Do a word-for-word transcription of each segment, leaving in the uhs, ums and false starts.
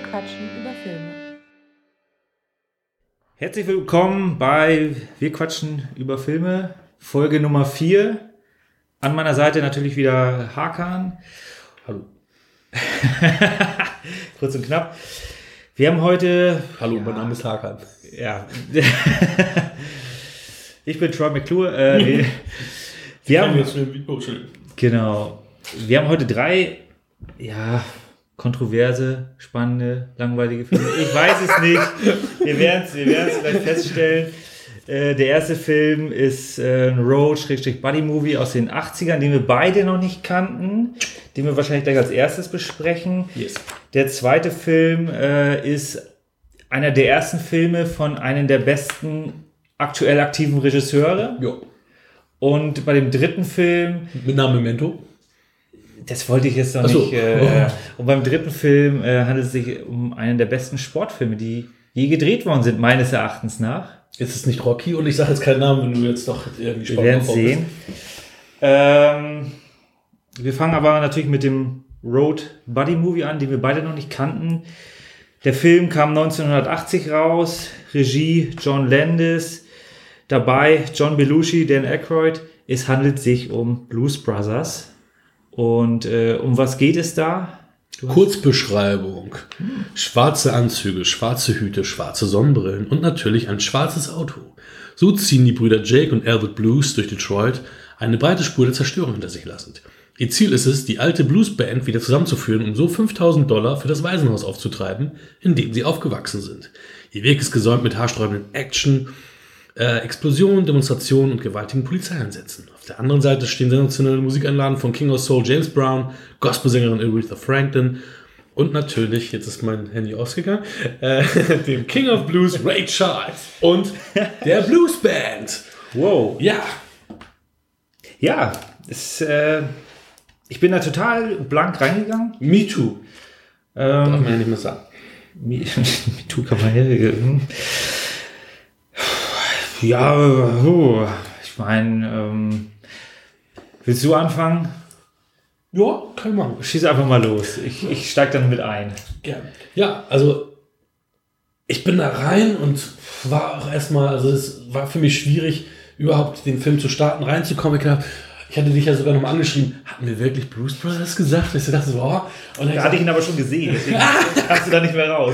quatschen über Filme. Herzlich willkommen bei Wir quatschen über Filme, Folge Nummer vier. An meiner Seite natürlich wieder Hakan. Hallo. Kurz und knapp. Wir haben heute... Hallo, ja, mein Name ist Hakan. Ja. Ich bin Troy McClure. Äh, wir wir haben, jetzt mit oh, genau. Wir haben heute drei, ja, kontroverse, spannende, langweilige Filme. Ich weiß es nicht. Wir werden es wir werden's gleich feststellen. Äh, der erste Film ist äh, ein Road-Buddy-Movie aus den achtzigern, den wir beide noch nicht kannten, den wir wahrscheinlich gleich als erstes besprechen. Yes. Der zweite Film äh, ist einer der ersten Filme von einem der besten aktuell aktiven Regisseure. Ja. Und bei dem dritten Film... Mit Namen Memento. Das wollte ich jetzt noch so. nicht. Äh, und beim dritten Film äh, handelt es sich um einen der besten Sportfilme, die je gedreht worden sind, meines Erachtens nach. Ist es nicht Rocky? Und ich sage jetzt keinen Namen, wenn du jetzt doch irgendwie Wir werden es sehen. Ähm, wir fangen aber natürlich mit dem Road-Buddy-Movie an, den wir beide noch nicht kannten. Der Film kam neunzehnhundertachtzig raus, Regie John Landis, dabei John Belushi, Dan Aykroyd. Es handelt sich um Blues Brothers. Und äh, um was geht es da? Kurzbeschreibung. Schwarze Anzüge, schwarze Hüte, schwarze Sonnenbrillen und natürlich ein schwarzes Auto. So ziehen die Brüder Jake und Elwood Blues durch Detroit, eine breite Spur der Zerstörung hinter sich lassend. Ihr Ziel ist es, die alte Bluesband wieder zusammenzuführen, um so fünftausend Dollar für das Waisenhaus aufzutreiben, in dem sie aufgewachsen sind. Ihr Weg ist gesäumt mit haarsträubenden Action, äh, Explosionen, Demonstrationen und gewaltigen Polizeieinsätzen. Auf der anderen Seite stehen sensationelle Musikeinlagen von King of Soul James Brown, Gospelsängerin Aretha Franklin und natürlich, jetzt ist mein Handy ausgegangen, äh, dem King of Blues Ray Charles und der Bluesband. Wow. Ja. Ja, es, äh, ich bin da total blank reingegangen. Me too. Ähm, Darf man ja nicht mehr sagen. Me, me too kann man ja... Ja, uh, ich meine, ähm, willst du anfangen? Ja, kann ich machen. Schieß einfach mal los. Ich, ich steig dann mit ein. Gerne. Ja, also ich bin da rein und war auch erstmal, also es war für mich schwierig, überhaupt den Film zu starten, reinzukommen. Ich, hab, ich hatte dich ja sogar nochmal angeschrieben, hatten wir wirklich Blues Brothers gesagt? Ich dachte so, oh. Und dann da hatte ich ihn aber schon gesehen, deswegen kannst du da nicht mehr raus.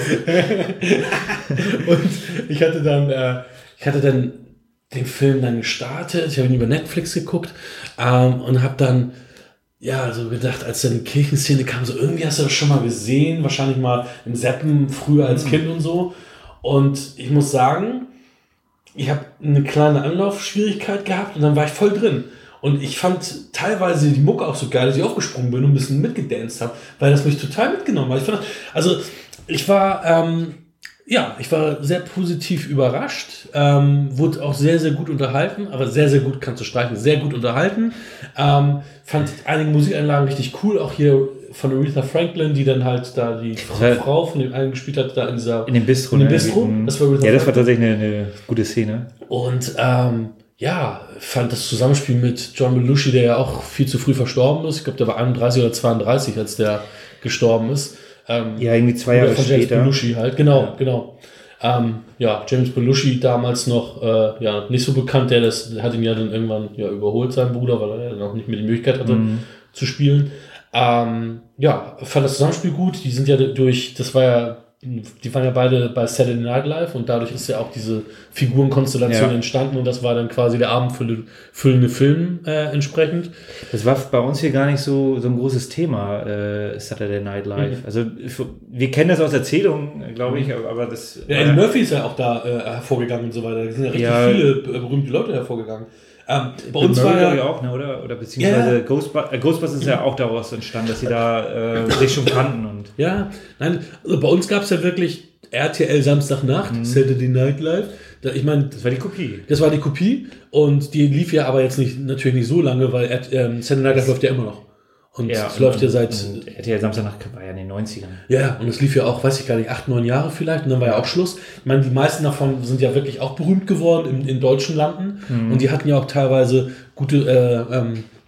Und ich hatte dann, äh, ich hatte dann den Film dann gestartet, ich habe ihn über Netflix geguckt ähm, und habe dann ja, so gedacht, als dann die Kirchenszene kam, so irgendwie hast du das schon mal gesehen, wahrscheinlich mal im Seppen früher als Kind und so. Und ich muss sagen, ich habe eine kleine Anlaufschwierigkeit gehabt und dann war ich voll drin. Und ich fand teilweise die Mucke auch so geil, dass ich aufgesprungen bin und ein bisschen mitgedanced habe, weil das mich total mitgenommen hat. Ich fand das, also ich war, ähm, ja, ich war sehr positiv überrascht, ähm, wurde auch sehr, sehr gut unterhalten, aber sehr, sehr gut, kannst du streichen, sehr gut unterhalten. Ähm, fand einige Musikeinlagen richtig cool, auch hier von Aretha Franklin, die dann halt da die Frau, Frau von dem einen gespielt hat, da in dieser... In dem Bistro. In dem ne? Bistro. Das war ja, das war tatsächlich eine, eine gute Szene. Und ähm, ja, fand das Zusammenspiel mit John Belushi, der ja auch viel zu früh verstorben ist. Ich glaube, der war einunddreißig oder zweiunddreißig, als der gestorben ist. Ähm, ja, irgendwie zwei Jahre von später. James Belushi halt, genau, ja. genau. Ähm, ja, James Belushi damals noch äh, ja, nicht so bekannt, der das der hat ihn ja dann irgendwann ja, überholt, seinen Bruder, weil er dann auch nicht mehr die Möglichkeit hatte mhm. zu spielen. Ähm, ja, fand das Zusammenspiel gut. Die sind ja durch, das war ja, die waren ja beide bei Saturday Night Live und dadurch ist ja auch diese Figurenkonstellation ja. entstanden und das war dann quasi der abendfüllende Film äh, entsprechend. Das war bei uns hier gar nicht so, so ein großes Thema, äh, Saturday Night Live. Mhm. Also wir kennen das aus Erzählungen, glaube ich, aber das... Ja, Eddie Murphy ist ja auch da äh, hervorgegangen und so weiter. Da sind ja richtig ja, viele berühmte Leute hervorgegangen. Ähm, bei uns Murray war ja auch, ne, oder? Oder beziehungsweise ja. Ghostbusters, äh, Ghostbusters ist ja auch daraus entstanden, dass sie da äh, sich schon kannten. Und ja, nein, also bei uns gab es ja wirklich R T L Samstagnacht, mhm. Saturday Night Live. Da, ich meine, das war die Kopie. Das war die Kopie und die lief ja aber jetzt nicht natürlich nicht so lange, weil ähm, Saturday Night Live läuft ja immer noch. Und ja, es läuft ja seit... R T L Samstagnacht war ja in den neunzigern. Ja, und es lief ja auch, weiß ich gar nicht, acht, neun Jahre vielleicht. Und dann war ja auch Schluss. Ich meine, die meisten davon sind ja wirklich auch berühmt geworden in, in deutschen Landen. Mhm. Und die hatten ja auch teilweise gute äh, ähm,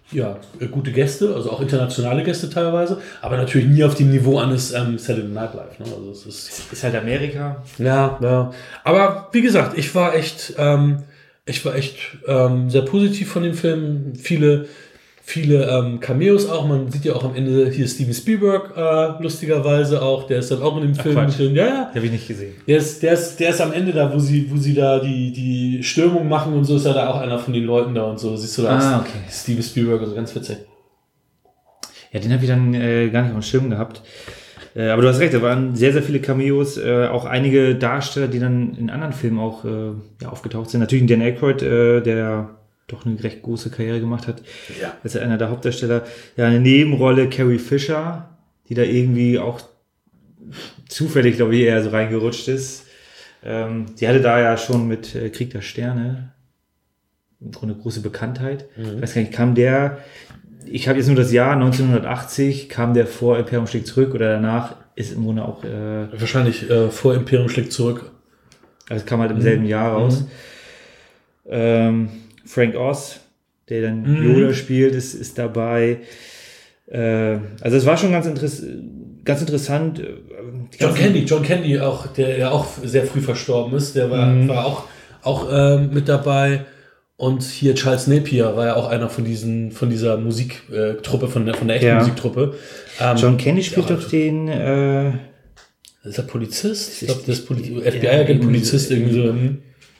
ja, gute Gäste, also auch internationale Gäste teilweise, aber natürlich nie auf dem Niveau eines ähm, Saturday Night Live. Ne? Also es ist, ist halt Amerika. Ja, ja. Aber wie gesagt, ich war echt, ähm, ich war echt ähm, sehr positiv von dem Film. Viele, viele ähm, Cameos auch. Man sieht ja auch am Ende hier Steven Spielberg äh, lustigerweise auch. Der ist dann auch in dem Ach, Film Quatsch. drin. Ja, ja. Habe ich nicht gesehen. Der ist, der ist, der ist am Ende da, wo sie, wo sie da die, die Stürmung machen und so, ist er da auch einer von den Leuten da und so. Siehst du da Ah, auch okay. Steven Spielberg, also ganz witzig. Ja, den habe ich dann äh, gar nicht auf dem Schirm gehabt. Äh, aber du hast recht, da waren sehr, sehr viele Cameos, äh, auch einige Darsteller, die dann in anderen Filmen auch äh, ja, aufgetaucht sind. Natürlich Dan Aykroyd, äh, der doch eine recht große Karriere gemacht hat. Ja. Das ist einer der Hauptdarsteller. Ja, eine Nebenrolle Carrie Fisher, die da irgendwie auch zufällig, glaube ich, eher so reingerutscht ist. Ähm, die hatte da ja schon mit äh, Krieg der Sterne im Grunde große Bekanntheit. Mhm. Ich weiß gar nicht, kam der, ich habe jetzt nur das Jahr neunzehnhundertachtzig, kam der vor Imperium schlägt zurück oder danach, ist im Grunde auch... Äh, Wahrscheinlich äh, vor Imperium schlägt zurück. Also es kam halt im selben Jahr raus. Mhm. Ähm, Frank Oz, der dann Mhm. Yoda spielt, ist, ist dabei. Äh, also es war schon ganz, interess ganz interessant. Die John ganzen- Candy, John Candy auch, der ja auch sehr früh verstorben ist, der war, Mhm. war auch, auch ähm, mit dabei. Und hier Charles Napier war ja auch einer von diesen, von dieser Musiktruppe, von der, von der echten Ja. Musiktruppe. Ähm, John Candy spielt ja, doch den... Äh, Ist er Polizist? Ich glaube, Ich- das ist Poli ja, F B I-Agent, irgendwie Polizist so- irgendwie so. hm.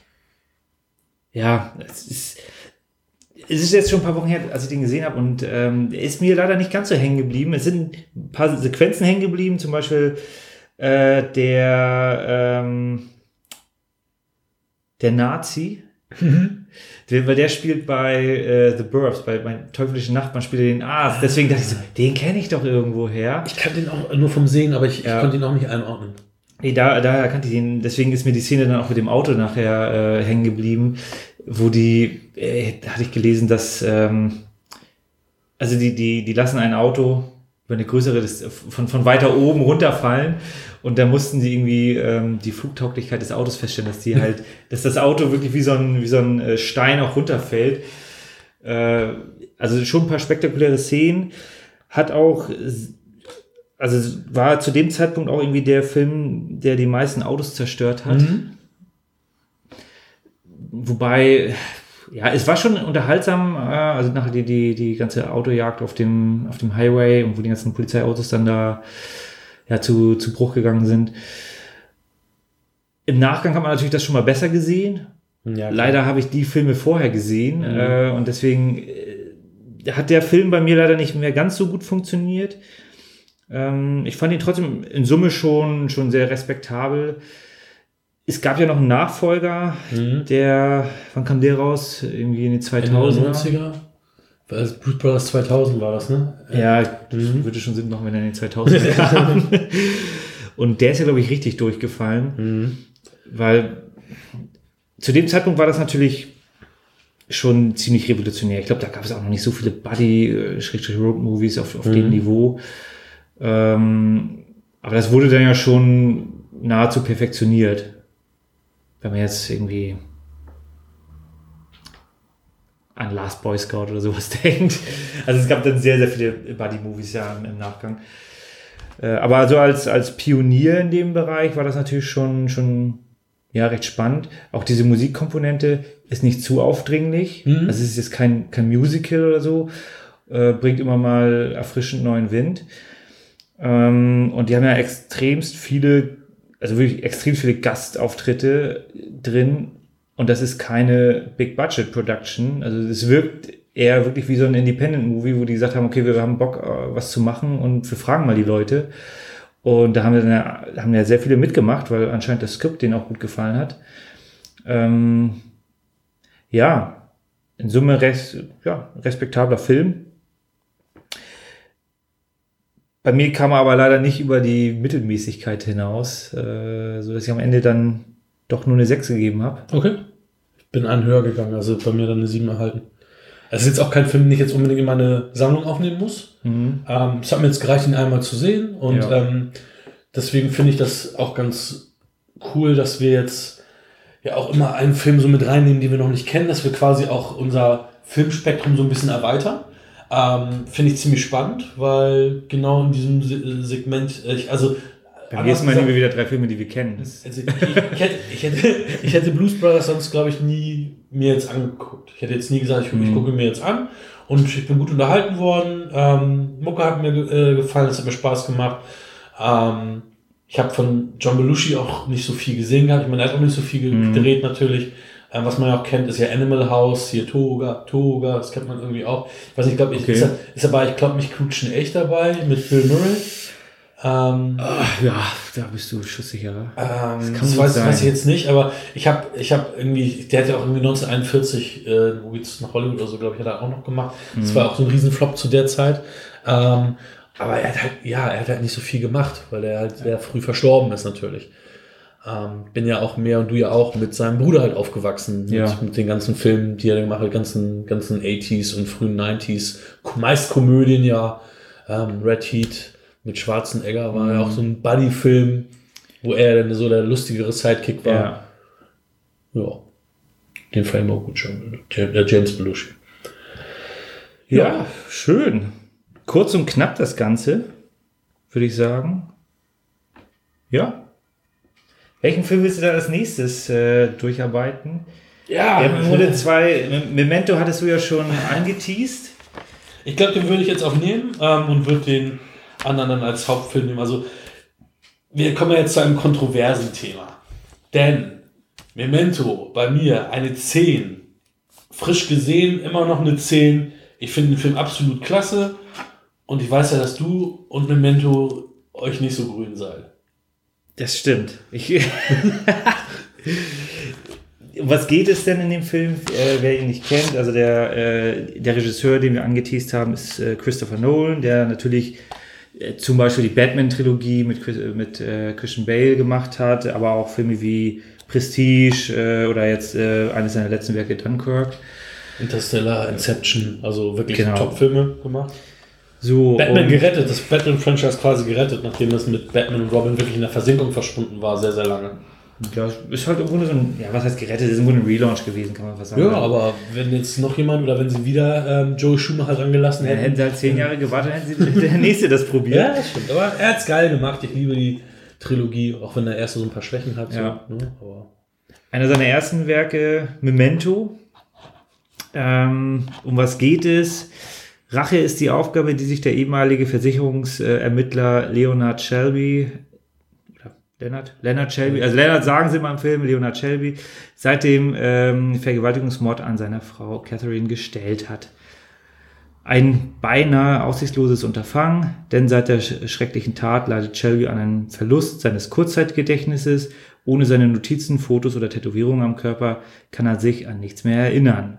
ja, es ist, es ist jetzt schon ein paar Wochen her, als ich den gesehen habe und ähm, er ist mir leider nicht ganz so hängen geblieben. Es sind ein paar Sequenzen hängen geblieben, zum Beispiel äh, der ähm, der Nazi, der, weil der spielt bei äh, The Burbs, bei meinem teuflischen Nachbarn spielt er den Arzt. Deswegen dachte ich so, den kenne ich doch irgendwo her. Ich kann den auch nur vom Sehen, aber ich, Ja. ich konnte ihn auch nicht einordnen. Nee, da, daher kannte ich ihn, deswegen ist mir die Szene dann auch mit dem Auto nachher äh, hängen geblieben, wo die, äh, da hatte ich gelesen, dass, ähm, also die, die, die lassen ein Auto über eine größere, Dis- von, von weiter oben runterfallen und da mussten sie irgendwie ähm, die Flugtauglichkeit des Autos feststellen, dass die halt, dass das Auto wirklich wie so ein, wie so ein äh, Stein auch runterfällt. Äh, also schon ein paar spektakuläre Szenen, hat auch also es war zu dem Zeitpunkt auch irgendwie der Film, der die meisten Autos zerstört hat. Mhm. Wobei, ja, es war schon unterhaltsam, äh, also nachher die, die, die ganze Autojagd auf dem, auf dem Highway und wo die ganzen Polizeiautos dann da ja, zu, zu Bruch gegangen sind. Im Nachgang hat man natürlich das schon mal besser gesehen. Ja, klar. Leider habe ich die Filme vorher gesehen Mhm. äh, und deswegen äh, hat der Film bei mir leider nicht mehr ganz so gut funktioniert. Ähm, ich fand ihn trotzdem in Summe schon, schon sehr respektabel. Es gab ja noch einen Nachfolger, Mhm. der, wann kam der raus? Irgendwie in den Ende der zweitausender. neunziger? Also Blues Brothers zweitausend war das, ne? Ja, Mhm. würde schon Sinn machen, wenn er in den zweitausender kam. Und der ist ja, glaube ich, richtig durchgefallen, Mhm. weil zu dem Zeitpunkt war das natürlich schon ziemlich revolutionär. Ich glaube, da gab es auch noch nicht so viele Buddy-Road-Movies auf, auf Mhm. dem Niveau. Ähm, aber das wurde dann ja schon nahezu perfektioniert. Wenn man jetzt irgendwie an Last Boy Scout oder sowas denkt. Also es gab dann sehr, sehr viele Buddy-Movies ja im, im Nachgang. Äh, aber so als, als Pionier in dem Bereich war das natürlich schon, schon ja, recht spannend. Auch diese Musikkomponente ist nicht zu aufdringlich. Mhm. Also es ist jetzt kein, kein Musical oder so. Äh, bringt immer mal erfrischend neuen Wind. Ähm, und die haben ja extremst viele, also wirklich extrem viele Gastauftritte drin. Und das ist keine Big-Budget-Production. Also es wirkt eher wirklich wie so ein Independent-Movie, wo die gesagt haben, okay, wir haben Bock, äh, was zu machen und wir fragen mal die Leute. Und da haben wir dann ja, haben ja sehr viele mitgemacht, weil anscheinend das Skript denen auch gut gefallen hat. Ähm, ja, in Summe res, ja, respektabler Film. Bei mir kam er aber leider nicht über die Mittelmäßigkeit hinaus, äh, so dass ich am Ende dann doch nur eine sechs gegeben habe. Okay. Ich bin einen höher gegangen, also bei mir dann eine sieben erhalten. Es ist jetzt auch kein Film, den ich jetzt unbedingt in meine Sammlung aufnehmen muss. Mhm. Ähm, es hat mir jetzt gereicht, ihn einmal zu sehen. Und Ja. ähm, deswegen finde ich das auch ganz cool, dass wir jetzt ja auch immer einen Film so mit reinnehmen, den wir noch nicht kennen, dass wir quasi auch unser Filmspektrum so ein bisschen erweitern. Ähm, Finde ich ziemlich spannend, weil genau in diesem Se- Segment, äh, ich, also Beim nächsten Mal nehmen wir wieder drei Filme, die wir kennen. Das also ich, ich, hätte, ich, hätte, ich hätte Blues Brothers sonst, glaube ich, nie mir jetzt angeguckt. Ich hätte jetzt nie gesagt, ich, mhm. ich gucke mir jetzt an und ich bin gut unterhalten worden. Ähm, Mucke hat mir äh, gefallen, es hat mir Spaß gemacht. Ähm, ich habe von John Belushi auch nicht so viel gesehen gehabt. Ich meine, er hat auch nicht so viel gedreht mhm. natürlich. Ähm, was man ja auch kennt, ist ja Animal House, hier Toga, Toga, das kennt man irgendwie auch. Ich weiß nicht, ich glaube, okay. ist, ist aber, ich glaube, mich Knutschen echt dabei mit Bill Murray. Ähm, Ach, ja, da bist du schusssicherer. Ähm, das das weiß, weiß ich jetzt nicht, aber ich habe ich hab irgendwie, der hat ja auch irgendwie neunzehnhunderteinundvierzig, äh, wo geht's nach Hollywood oder so, glaube ich, hat er auch noch gemacht. Mhm. Das war auch so ein Riesenflop zu der Zeit. Ähm, aber er hat halt, ja, er hat halt nicht so viel gemacht, weil er halt sehr früh verstorben ist natürlich. Ähm, bin ja auch mehr und du ja auch mit seinem Bruder halt aufgewachsen, mit, ja. mit den ganzen Filmen, die er gemacht hat, ganzen, ganzen achtziger und frühen neunziger, meist Komödien ja, ähm, Red Heat mit Schwarzenegger war mhm. ja auch so ein Buddy-Film, wo er dann so der lustigere Sidekick war. Ja. Ja. Den fand ich auch gut schon. Der James Belushi. Ja, ja, schön. Kurz und knapp das Ganze, würde ich sagen. Ja. Welchen Film willst du da als nächstes äh, durcharbeiten? Ja. Wir haben im Grunde zwei. Memento hattest du ja schon angeteased. Ich glaube, den würde ich jetzt auch nehmen ähm, und würde den anderen dann als Hauptfilm nehmen. Also, wir kommen ja jetzt zu einem kontroversen Thema. Denn Memento, bei mir eine zehn. Frisch gesehen, immer noch eine zehn. Ich finde den Film absolut klasse. Und ich weiß ja, dass du und Memento euch nicht so grün seid. Das stimmt. Ich Was geht es denn in dem Film, äh, wer ihn nicht kennt? Also der, äh, der Regisseur, den wir angeteased haben, ist äh, Christopher Nolan, der natürlich äh, zum Beispiel die Batman-Trilogie mit, mit äh, Christian Bale gemacht hat, aber auch Filme wie Prestige äh, oder jetzt äh, eines seiner letzten Werke, Dunkirk. Interstellar, Inception, also wirklich genau. Top-Filme gemacht. So, Batman gerettet, das Batman-Franchise quasi gerettet, nachdem es mit Batman und Robin wirklich in der Versenkung verschwunden war, sehr, sehr lange. Ja, ist halt im Grunde so ein, ja, was heißt gerettet, ist im Grunde ein Relaunch gewesen, kann man fast sagen. Ja, aber wenn jetzt noch jemand oder wenn sie wieder ähm, Joe Schumacher dran gelassen hätten. Ja, hätten sie halt zehn Jahre gewartet, hätten sie der Nächste das probiert. Ja, das stimmt, aber er hat's geil gemacht, ich liebe die Trilogie, auch wenn der erste so ein paar Schwächen hat. Ja. So, ne? Aber einer seiner ersten Werke, Memento. Ähm, um was geht es? Rache ist die Aufgabe, die sich der ehemalige Versicherungsermittler Leonard Shelby, oder Leonard? Leonard Shelby, also Leonard sagen sie mal im Film, Leonard Shelby, seit dem ähm, Vergewaltigungsmord an seiner Frau Catherine gestellt hat. Ein beinahe aussichtsloses Unterfangen, denn seit der sch- schrecklichen Tat leidet Shelby an einem Verlust seines Kurzzeitgedächtnisses. Ohne seine Notizen, Fotos oder Tätowierungen am Körper kann er sich an nichts mehr erinnern.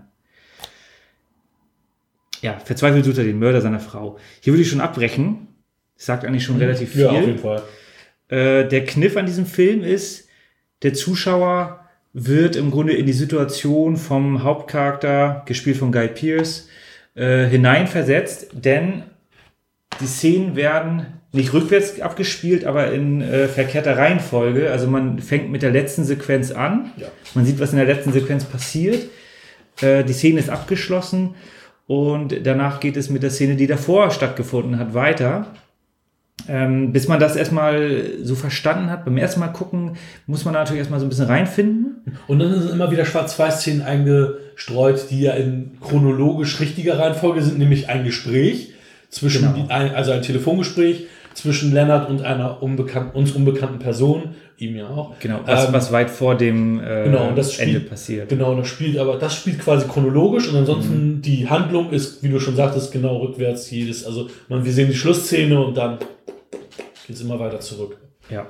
Ja, verzweifelt sucht er den Mörder seiner Frau. Hier würde ich schon abbrechen. Das sagt eigentlich schon relativ viel. Ja, auf jeden Fall. Äh, der Kniff an diesem Film ist, der Zuschauer wird im Grunde in die Situation vom Hauptcharakter, gespielt von Guy Pearce, äh, hineinversetzt, denn die Szenen werden nicht rückwärts abgespielt, aber in äh, verkehrter Reihenfolge. Also man fängt mit der letzten Sequenz an. Ja. Man sieht, was in der letzten Sequenz passiert. Äh, die Szene ist abgeschlossen. Und danach geht es mit der Szene, die davor stattgefunden hat, weiter. Ähm, bis man das erstmal so verstanden hat. Beim ersten Mal gucken, muss man natürlich erstmal so ein bisschen reinfinden. Und dann sind immer wieder Schwarz-Weiß-Szenen eingestreut, die ja in chronologisch richtiger Reihenfolge sind, nämlich ein Gespräch zwischen, Genau. die, also ein Telefongespräch zwischen Lennart und einer unbekannt, uns unbekannten Person, ihm ja auch. Genau, was, ähm, was weit vor dem äh, genau, und das Ende spielt, passiert. Genau, das spielt aber das spielt quasi chronologisch und ansonsten mhm. die Handlung ist, wie du schon sagtest, genau rückwärts jedes. Also man, wir sehen die Schlussszene und dann geht es immer weiter zurück. Ja.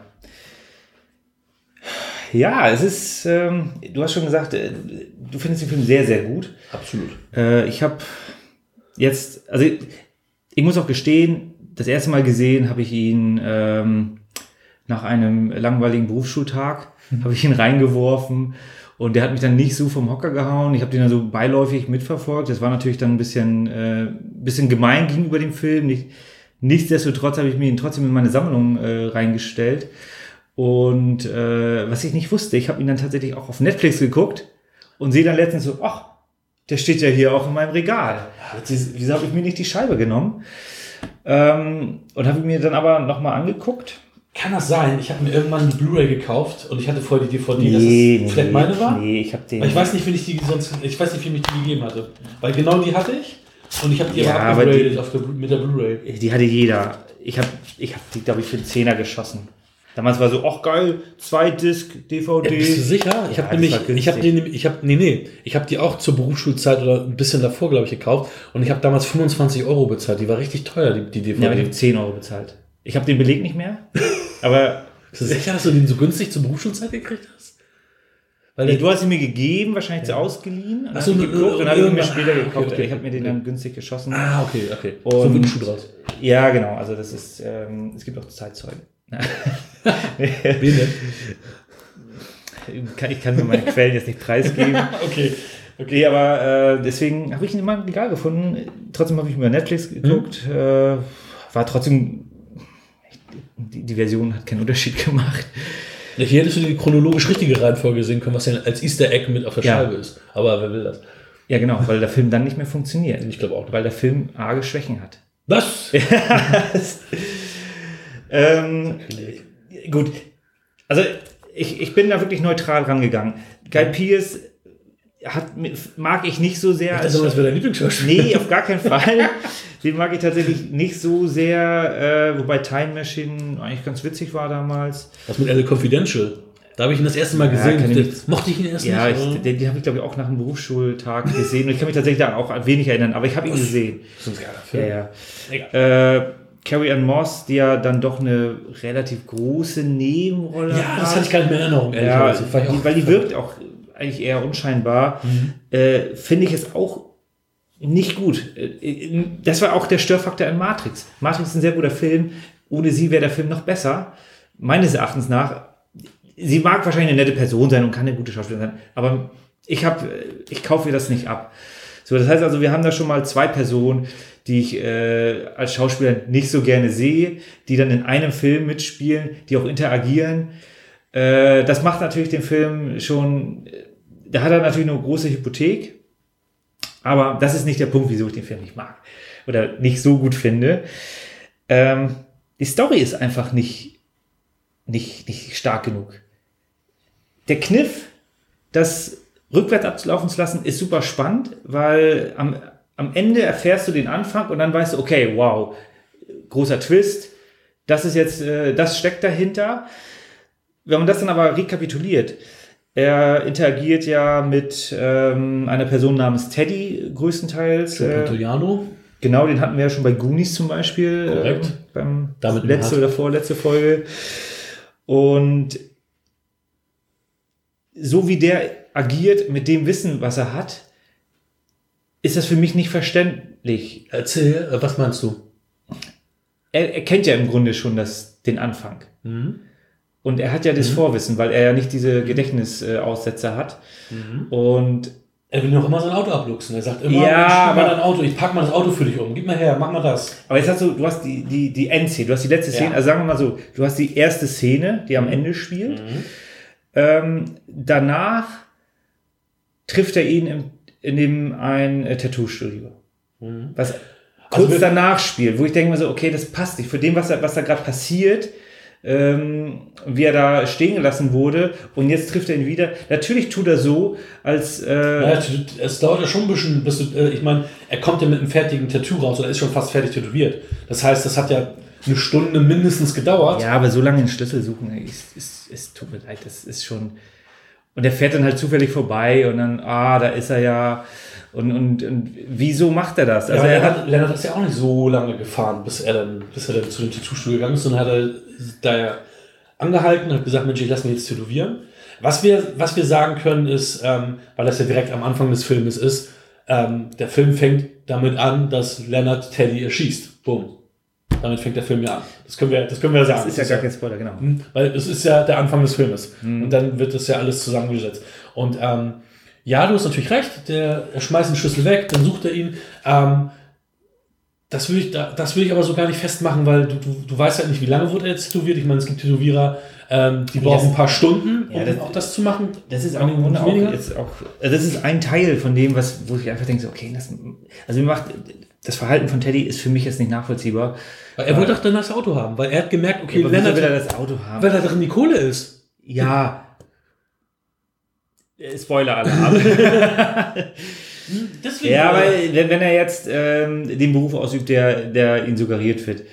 Ja, es ist, ähm, du hast schon gesagt, äh, du findest den Film sehr, sehr gut. Absolut. Äh, ich habe jetzt, also ich, ich muss auch gestehen, das erste Mal gesehen habe ich ihn ähm, nach einem langweiligen Berufsschultag, mhm. habe ich ihn reingeworfen und der hat mich dann nicht so vom Hocker gehauen. Ich habe den dann so beiläufig mitverfolgt. Das war natürlich dann ein bisschen, äh, bisschen gemein gegenüber dem Film. Nicht, nichtsdestotrotz habe ich mir ihn trotzdem in meine Sammlung äh, reingestellt. Und äh, was ich nicht wusste, ich habe ihn dann tatsächlich auch auf Netflix geguckt und sehe dann letztens so, ach, der steht ja hier auch in meinem Regal. Wieso habe ich mir nicht die Scheibe genommen? Ähm, und habe mir dann aber nochmal angeguckt. Kann das sein? Ich habe mir irgendwann die Blu-ray gekauft und ich hatte vorher die D V D, nee, dass es nee, vielleicht meine war. Nee, ich habe den. Aber ich weiß nicht, wie ich die sonst, ich weiß nicht, wie mich die gegeben hatte. Weil genau die hatte ich und ich habe die ja, aber upgradet auf der, mit der Blu-ray. Die hatte jeder. Ich habe ich hab die, glaube ich, für einen Zehner geschossen. Damals war so, ach geil, zwei Disc D V D. Ja, bist du sicher? Ich ja, habe nämlich, ich habe die, ich habe, nee, nee, ich habe die auch zur Berufsschulzeit oder ein bisschen davor, glaube ich, gekauft und ich habe damals fünfundzwanzig Euro bezahlt. Die war richtig teuer, die, die D V D. Ja, aber ich habe zehn Euro bezahlt. Ich habe den Beleg nicht mehr, aber... Bist du sicher, dass du den so günstig zur Berufsschulzeit gekriegt hast? Weil nee, du hast ihn mir gegeben, wahrscheinlich ja. so ausgeliehen. Und Achso, geguckt und dann habe ich ihn mir später ah, gekauft. Okay, okay, ich habe mir den okay. dann günstig geschossen. Ah, okay, okay. Und so wird ein Schuh draus. Ja, genau. Also das ist, ähm, es gibt auch Zeitzeugen. Wen denn? Ich kann mir meine Quellen jetzt nicht preisgeben. okay. Okay. Nee, aber äh, deswegen habe ich ihn immer im Regal gefunden. Trotzdem habe ich mir Netflix geguckt. Hm. Äh, war trotzdem... Die, die Version hat keinen Unterschied gemacht. Ja, hier hättest du die chronologisch richtige Reihenfolge sehen können, was ja als Easter Egg mit auf der Scheibe ja. ist. Aber wer will das? Ja, genau, weil der Film dann nicht mehr funktioniert. Ich glaube auch. Weil der Film arge Schwächen hat. Was? ähm, gut. Also, ich, ich bin da wirklich neutral rangegangen. Guy Pearce hat, mag ich nicht so sehr. Das ist aber das wäre dein Lieblingsschauspieler. Nee, auf gar keinen Fall. Den mag ich tatsächlich nicht so sehr, äh, wobei Time Machine eigentlich ganz witzig war damals. Was mit L A Confidential? Da habe ich ihn das erste Mal gesehen. Ja, den, mochte ich ihn erst ja, nicht? Ja, den, den habe ich glaube ich auch nach einem Berufsschultag gesehen. Und ich kann mich tatsächlich daran auch wenig erinnern, aber ich habe ihn gesehen. Das ist ein geiler Film. Ja, ja. Äh, Carrie Ann Moss, die ja dann doch eine relativ große Nebenrolle ja, hat. Ja, das hatte ich gar nicht mehr in Erinnerung. Ja, also, die, weil die wirkt auch eigentlich eher unscheinbar. Mhm. Äh, finde ich es auch nicht gut. Das war auch der Störfaktor in Matrix. Matrix ist ein sehr guter Film. Ohne sie wäre der Film noch besser. Meines Erachtens nach. Sie mag wahrscheinlich eine nette Person sein und kann eine gute Schauspielerin sein. Aber ich habe, ich kaufe ihr das nicht ab. So, das heißt also, wir haben da schon mal zwei Personen, die ich äh, als Schauspieler nicht so gerne sehe, die dann in einem Film mitspielen, die auch interagieren. Äh, das macht natürlich den Film schon, da hat er natürlich eine große Hypothek. Aber das ist nicht der Punkt, wieso ich den Film nicht mag oder nicht so gut finde. Ähm, die Story ist einfach nicht, nicht, nicht stark genug. Der Kniff, das rückwärts ablaufen zu lassen, ist super spannend, weil am, am Ende erfährst du den Anfang und dann weißt du, okay, wow, großer Twist, das ist jetzt, äh, das steckt dahinter. Wenn man das dann aber rekapituliert, er interagiert ja mit ähm, einer Person namens Teddy größtenteils. Joe Pantoliano. Äh, genau, den hatten wir ja schon bei Goonies zum Beispiel. Korrekt. Äh, beim Damit letzte oder vorletzte Folge. Und so wie der agiert mit dem Wissen, was er hat, ist das für mich nicht verständlich. Erzähl, was meinst du? Er, er kennt ja im Grunde schon das, den Anfang. Mhm. Und er hat ja das mhm. Vorwissen, weil er ja nicht diese Gedächtnisaussetzer hat. Mhm. Und er will noch immer sein Auto abluchsen. Er sagt immer, ja, ich mal dein Auto, ich pack mal das Auto für dich um. Gib mal her, mach mal das. Aber jetzt hast du, du hast die, die, die Endszene, du hast die letzte Szene, ja. Also sagen wir mal so, du hast die erste Szene, die am Ende spielt. Mhm. Ähm, danach trifft er ihn im, in dem ein äh, Tattoo-Studio. Mhm. Was kurz also danach spielt, wo ich denke mir so, okay, das passt nicht. Für dem, was, was da gerade passiert, ähm, wie er da stehen gelassen wurde und jetzt trifft er ihn wieder. Natürlich tut er so, als... Äh ja, es dauert ja schon ein bisschen, bis du, äh, ich meine, er kommt ja mit einem fertigen Tattoo raus oder ist schon fast fertig tätowiert. Das heißt, das hat ja eine Stunde mindestens gedauert. Ja, aber so lange den Schlüssel suchen, es, es, es tut mir leid, das ist schon... Und er fährt dann halt zufällig vorbei und dann, ah, da ist er ja... Und, und, und wieso macht er das? Also ja, er hat, Lennart ist ja auch nicht so lange gefahren, bis er dann, bis er dann zu dem Tattoo-Studio gegangen ist und hat er da ja angehalten und hat gesagt, Mensch, ich lasse mich jetzt tätowieren. Was wir, was wir sagen können ist, ähm, weil das ja direkt am Anfang des Filmes ist, ähm, der Film fängt damit an, dass Lennart Teddy erschießt. Boom. Damit fängt der Film ja an. Das können wir, das können wir ja sagen. Das ist ja das gar ist kein Spoiler, genau. Weil es ist ja der Anfang des Filmes. Mhm. Und dann wird das ja alles zusammengesetzt. Und ähm, ja, du hast natürlich recht, der, er schmeißt den Schlüssel weg, dann sucht er ihn. Ähm, das will ich, das will ich aber so gar nicht festmachen, weil du, du, du weißt halt nicht, wie lange wurde er jetzt tätowiert. Ich meine, es gibt Tätowierer, ähm, die brauchen ein paar Stunden, um ja, das, auch das zu machen. Das ist auch, auch, jetzt auch das ist ein Teil von dem, was, wo ich einfach denke, so, okay, das, also mir macht das Verhalten von Teddy ist für mich jetzt nicht nachvollziehbar. Weil er wollte doch dann das Auto haben, weil er hat gemerkt, okay, ja, wenn er will er das Auto haben, weil da drin die Kohle ist. Ja. Spoiler-Alarm. Deswegen ja, weil wenn, wenn er jetzt ähm, den Beruf ausübt, der, der ihn suggeriert wird,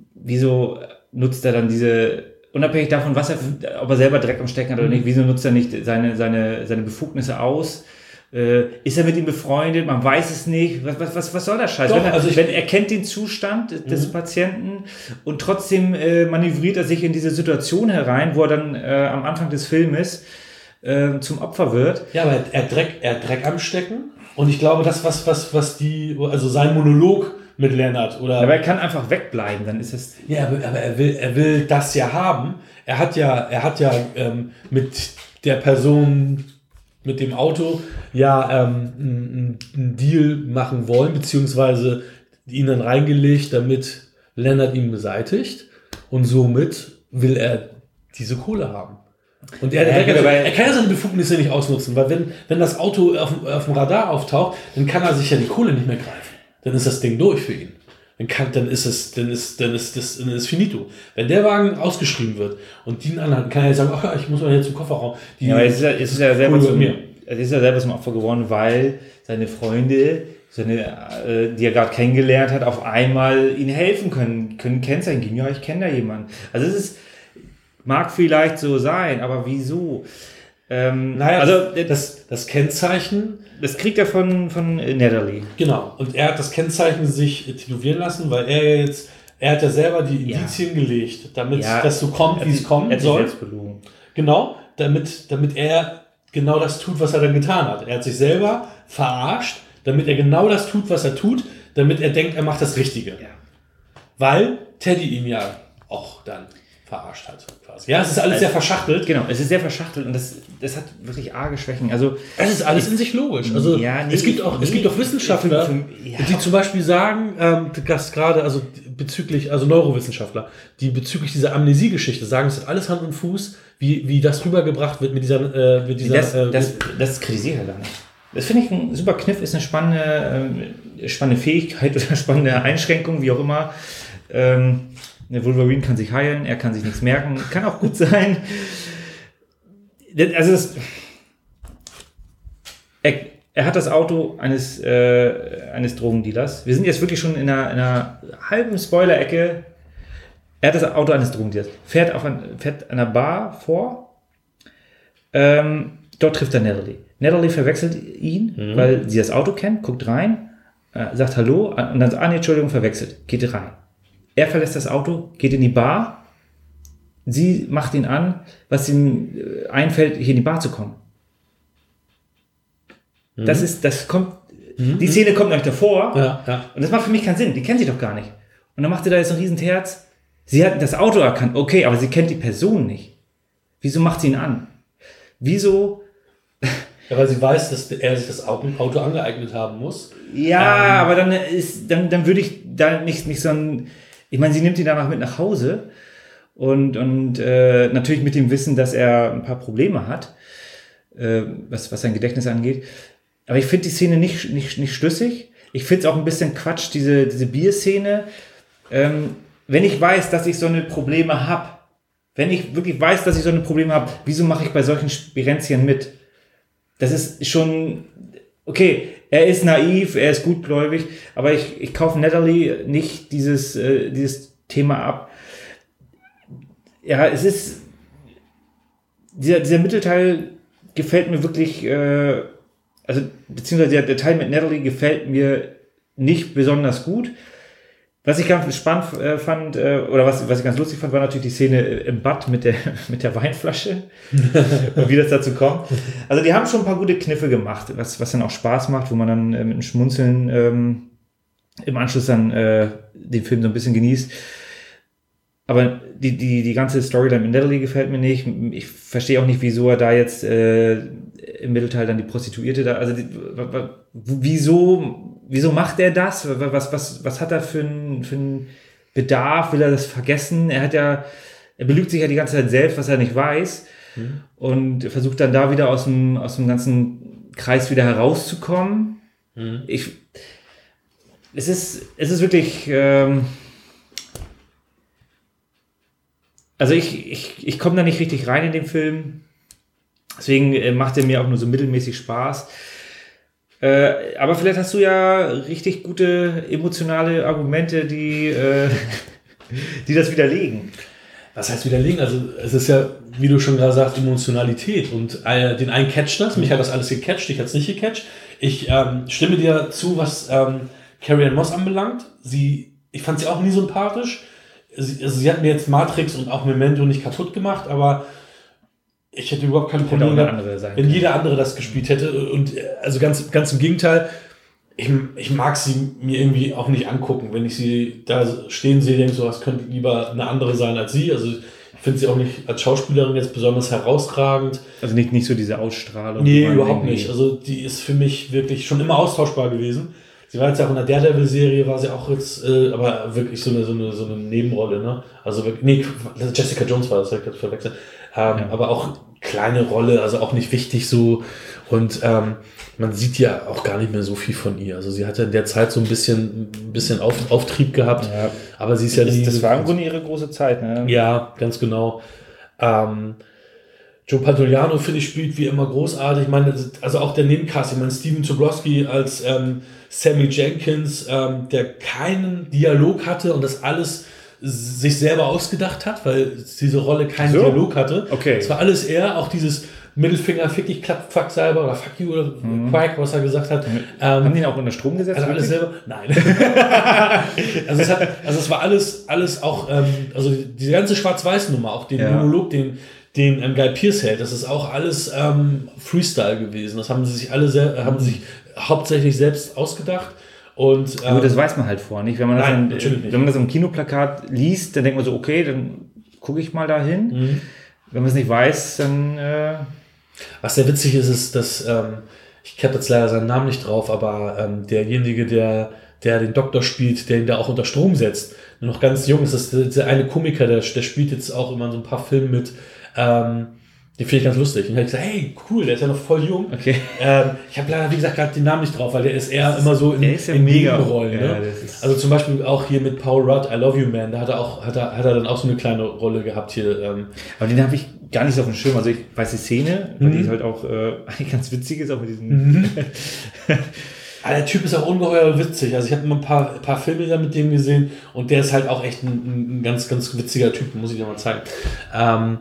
wieso nutzt er dann diese, unabhängig davon, was er, ob er selber Dreck am Stecken hat oder nicht, wieso nutzt er nicht seine, seine, seine Befugnisse aus? Äh, ist er mit ihm befreundet? Man weiß es nicht. Was, was, was, was soll das Scheiß? Doch, wenn er, also ich, wenn er kennt den Zustand des mhm. Patienten und trotzdem äh, manövriert er sich in diese Situation herein, wo er dann äh, am Anfang des Filmes äh, zum Opfer wird. Ja, aber er hat Dreck, er hat Dreck am Stecken. Und ich glaube, das, was, was, was die, also sein Monolog mit Lennart oder. Aber er kann einfach wegbleiben, dann ist es. Ja, aber, aber er will, er will das ja haben. Er hat ja, er hat ja ähm, mit der Person, mit dem Auto, ja ähm, einen Deal machen wollen, beziehungsweise ihn dann reingelegt, damit Lennart ihn beseitigt. Und somit will er diese Kohle haben. Und er, ja, der, aber er kann ja seine Befugnisse nicht ausnutzen, weil wenn, wenn das Auto auf, auf dem Radar auftaucht, dann kann er sich ja die Kohle nicht mehr greifen. Dann ist das Ding durch für ihn. Dann, kann, dann ist es, dann ist, dann ist das, dann ist finito. Wenn der Wagen ausgeschrieben wird und die ihn anhalten, kann er ja sagen, ach, ich muss mal jetzt zum Kofferraum. Die, ja, aber es ist ja, es ist ja selber zum, es ist ja selber zum Opfer geworden, weil seine Freunde, seine, äh, die er gerade kennengelernt hat, auf einmal ihm helfen können, können Kennzeichen geben. Ja, ich kenne da jemanden. Also es ist, mag vielleicht so sein, aber wieso? Ähm, naja, also das, das Kennzeichen... Das kriegt er von, von Natalie. Genau. Und er hat das Kennzeichen sich tätowieren lassen, weil er jetzt, er hat ja selber die Indizien ja. gelegt, damit ja. das so kommt, wie es kommen soll. Genau, damit, damit er genau das tut, was er dann getan hat. Er hat sich selber verarscht, damit er genau das tut, was er tut, damit er denkt, er macht das Richtige. Ja. Weil Teddy ihn ja auch dann verarscht hat. Quasi. Ja, es ist alles also, sehr verschachtelt. Genau, es ist sehr verschachtelt und das, das hat wirklich arge Schwächen. Also, es ist alles in sich logisch. Also, ja, nee, es, gibt auch, nee, es gibt auch Wissenschaftler, für, für, ja. die zum Beispiel sagen, ähm, dass gerade, also bezüglich, also Neurowissenschaftler, die bezüglich dieser Amnesie-Geschichte sagen, es hat alles Hand und Fuß, wie, wie das rübergebracht wird mit dieser... Äh, mit dieser das, äh, das, das kritisiere ich gar nicht. Das finde ich ein super Kniff, ist eine spannende, äh, spannende Fähigkeit oder spannende Einschränkung, wie auch immer. Ähm, Der Wolverine kann sich heilen, er kann sich nichts merken. Kann auch gut sein. Also das, er, er hat das Auto eines, äh, eines Drogendealers. Wir sind jetzt wirklich schon in einer, in einer halben Spoiler-Ecke. Er hat das Auto eines Drogendealers. Fährt, auf ein, fährt an einer Bar vor. Ähm, dort trifft er Natalie. Natalie verwechselt ihn, mhm. weil sie das Auto kennt, guckt rein, äh, sagt Hallo und dann sagt, ah nee, Entschuldigung, verwechselt. Geht rein. Er verlässt das Auto, geht in die Bar. Sie macht ihn an, was ihm einfällt, hier in die Bar zu kommen. Mhm. Das ist, das kommt, mhm. die Szene kommt euch davor. Ja, ja. Und das macht für mich keinen Sinn. Die kennen sie doch gar nicht. Und dann macht sie da jetzt ein Riesenterz. Sie hat das Auto erkannt. Okay, aber sie kennt die Person nicht. Wieso macht sie ihn an? Wieso? Ja, weil sie weiß, dass er sich das Auto angeeignet haben muss. Ja, ähm. aber dann ist, dann, dann würde ich da nicht, nicht so ein, ich meine, sie nimmt ihn danach mit nach Hause und, und äh, natürlich mit dem Wissen, dass er ein paar Probleme hat, äh, was, was sein Gedächtnis angeht. Aber ich finde die Szene nicht, nicht, nicht schlüssig. Ich finde es auch ein bisschen Quatsch, diese, diese Bierszene. Ähm, wenn ich weiß, dass ich so eine Probleme habe, wenn ich wirklich weiß, dass ich so eine Probleme habe, wieso mache ich bei solchen Spirenzien mit? Das ist schon, okay, er ist naiv, er ist gutgläubig, aber ich, ich kaufe Natalie nicht dieses, äh, dieses Thema ab. Ja, es ist, dieser, dieser Mittelteil gefällt mir wirklich, äh, also beziehungsweise der, der Teil mit Natalie gefällt mir nicht besonders gut. Was ich ganz spannend äh, fand, äh, oder was, was ich ganz lustig fand, war natürlich die Szene im Bad mit der, mit der Weinflasche und wie das dazu kommt. Also die haben schon ein paar gute Kniffe gemacht, was, was dann auch Spaß macht, wo man dann äh, mit einem Schmunzeln ähm, im Anschluss dann äh, den Film so ein bisschen genießt. aber die, die, die ganze Storyline mit Natalie gefällt mir nicht. Ich verstehe auch nicht, wieso er da jetzt äh, im Mittelteil dann die Prostituierte da, also die, wieso, wieso macht er das? Was, was, was hat er für einen für einen Bedarf? Will er das vergessen? Er hat ja, er belügt sich ja die ganze Zeit selbst, was er nicht weiß, mhm. und versucht dann da wieder aus dem, aus dem ganzen Kreis wieder herauszukommen. Mhm. Ich, es ist, es ist wirklich, ähm, also ich, ich, ich komme da nicht richtig rein in den Film. Deswegen äh, macht er mir auch nur so mittelmäßig Spaß. Äh, aber vielleicht hast du ja richtig gute emotionale Argumente, die, äh, die das widerlegen. Was heißt widerlegen? Also es ist ja, wie du schon gerade sagst, Emotionalität. Und äh, den einen catcht das. Mich hat das alles gecatcht, ich hat es nicht gecatcht. Ich ähm, stimme dir zu, was ähm, Carrie-Anne Moss anbelangt. Sie, ich fand sie auch nie sympathisch. Sie, also sie hat mir jetzt Matrix und auch Memento nicht kaputt gemacht, aber ich hätte überhaupt kein Problem gehabt, wenn jeder andere das gespielt hätte. Und also ganz, ganz im Gegenteil, ich, ich mag sie mir irgendwie auch nicht angucken. Wenn ich sie da stehen sehe, denke ich so, was könnte lieber eine andere sein als sie. Also ich finde sie auch nicht als Schauspielerin jetzt besonders herausragend. Also nicht, nicht so diese Ausstrahlung. Nee, überhaupt nicht. Also die ist für mich wirklich schon immer austauschbar gewesen. Sie war jetzt auch in der Daredevil-Serie, war sie auch jetzt, äh, aber wirklich so eine, so eine, so eine Nebenrolle, ne? Also, nee, Jessica Jones war das, hab ich gerade verwechselt. Ähm, ja. Aber auch kleine Rolle, also auch nicht wichtig so. Und ähm, man sieht ja auch gar nicht mehr so viel von ihr. Also sie hatte in der Zeit so ein bisschen, ein bisschen Auf, Auftrieb gehabt, ja. Aber sie ist ja nie... Das war im Grunde ihre große Zeit, ne? Ja, ganz genau. Ähm, Joe Pantoliano, finde ich, spielt wie immer großartig. Ich meine, also auch der Nebencast, ich meine, Steven Tobolowsky als ähm, Sammy Jenkins, ähm, der keinen Dialog hatte und das alles sich selber ausgedacht hat, weil diese Rolle keinen so. Dialog hatte. Okay. Es war alles er, auch dieses Mittelfinger, fick dich, klapp, fuck selber oder fuck you oder mhm. Quack, was er gesagt hat. Mhm. Ähm, Haben die ihn auch unter Strom gesetzt? Also alles selber? Nein. also, es hat, also es war alles, alles auch, ähm, also diese ganze Schwarz-Weiß-Nummer, auch den ja. Monolog, den, den ähm, Guy Pearce hält, das ist auch alles ähm, Freestyle gewesen. Das haben sie sich alle sehr, äh, haben sie sich hauptsächlich selbst ausgedacht. Und, ähm, aber das weiß man halt vorher nicht. Wenn man, nein, das, in, wenn man das im Kinoplakat liest, dann denkt man so, okay, dann gucke ich mal dahin. Mhm. Wenn man es nicht weiß, dann... Äh Was sehr witzig ist, ist, dass, ähm, ich habe jetzt leider seinen Namen nicht drauf, aber ähm, derjenige, der, der den Doktor spielt, der ihn da auch unter Strom setzt, nur noch ganz jung ist, das ist der eine Komiker, der, der spielt jetzt auch immer in so ein paar Filmen mit, ähm, den finde ich ganz lustig. Und dann habe ich gesagt, hey, cool, der ist ja noch voll jung. Okay. Ähm, ich habe leider, wie gesagt, gerade den Namen nicht drauf, weil der ist eher immer so in, der ist ja in mega Nebenrollen. Ja, ne? Also zum Beispiel auch hier mit Paul Rudd, I Love You Man, da hat er auch, hat er, hat er dann auch so eine kleine Rolle gehabt hier. Ähm. Aber den habe ich gar nicht so auf dem Schirm. Also ich weiß die Szene, weil mhm. die halt auch äh, eigentlich ganz witzig ist, auch mit diesem... Mhm. Aber der Typ ist auch ungeheuer witzig. Also ich habe mal ein paar, ein paar Filme da mit dem gesehen und der ist halt auch echt ein, ein ganz, ganz witziger Typ, muss ich dir mal zeigen. Ähm,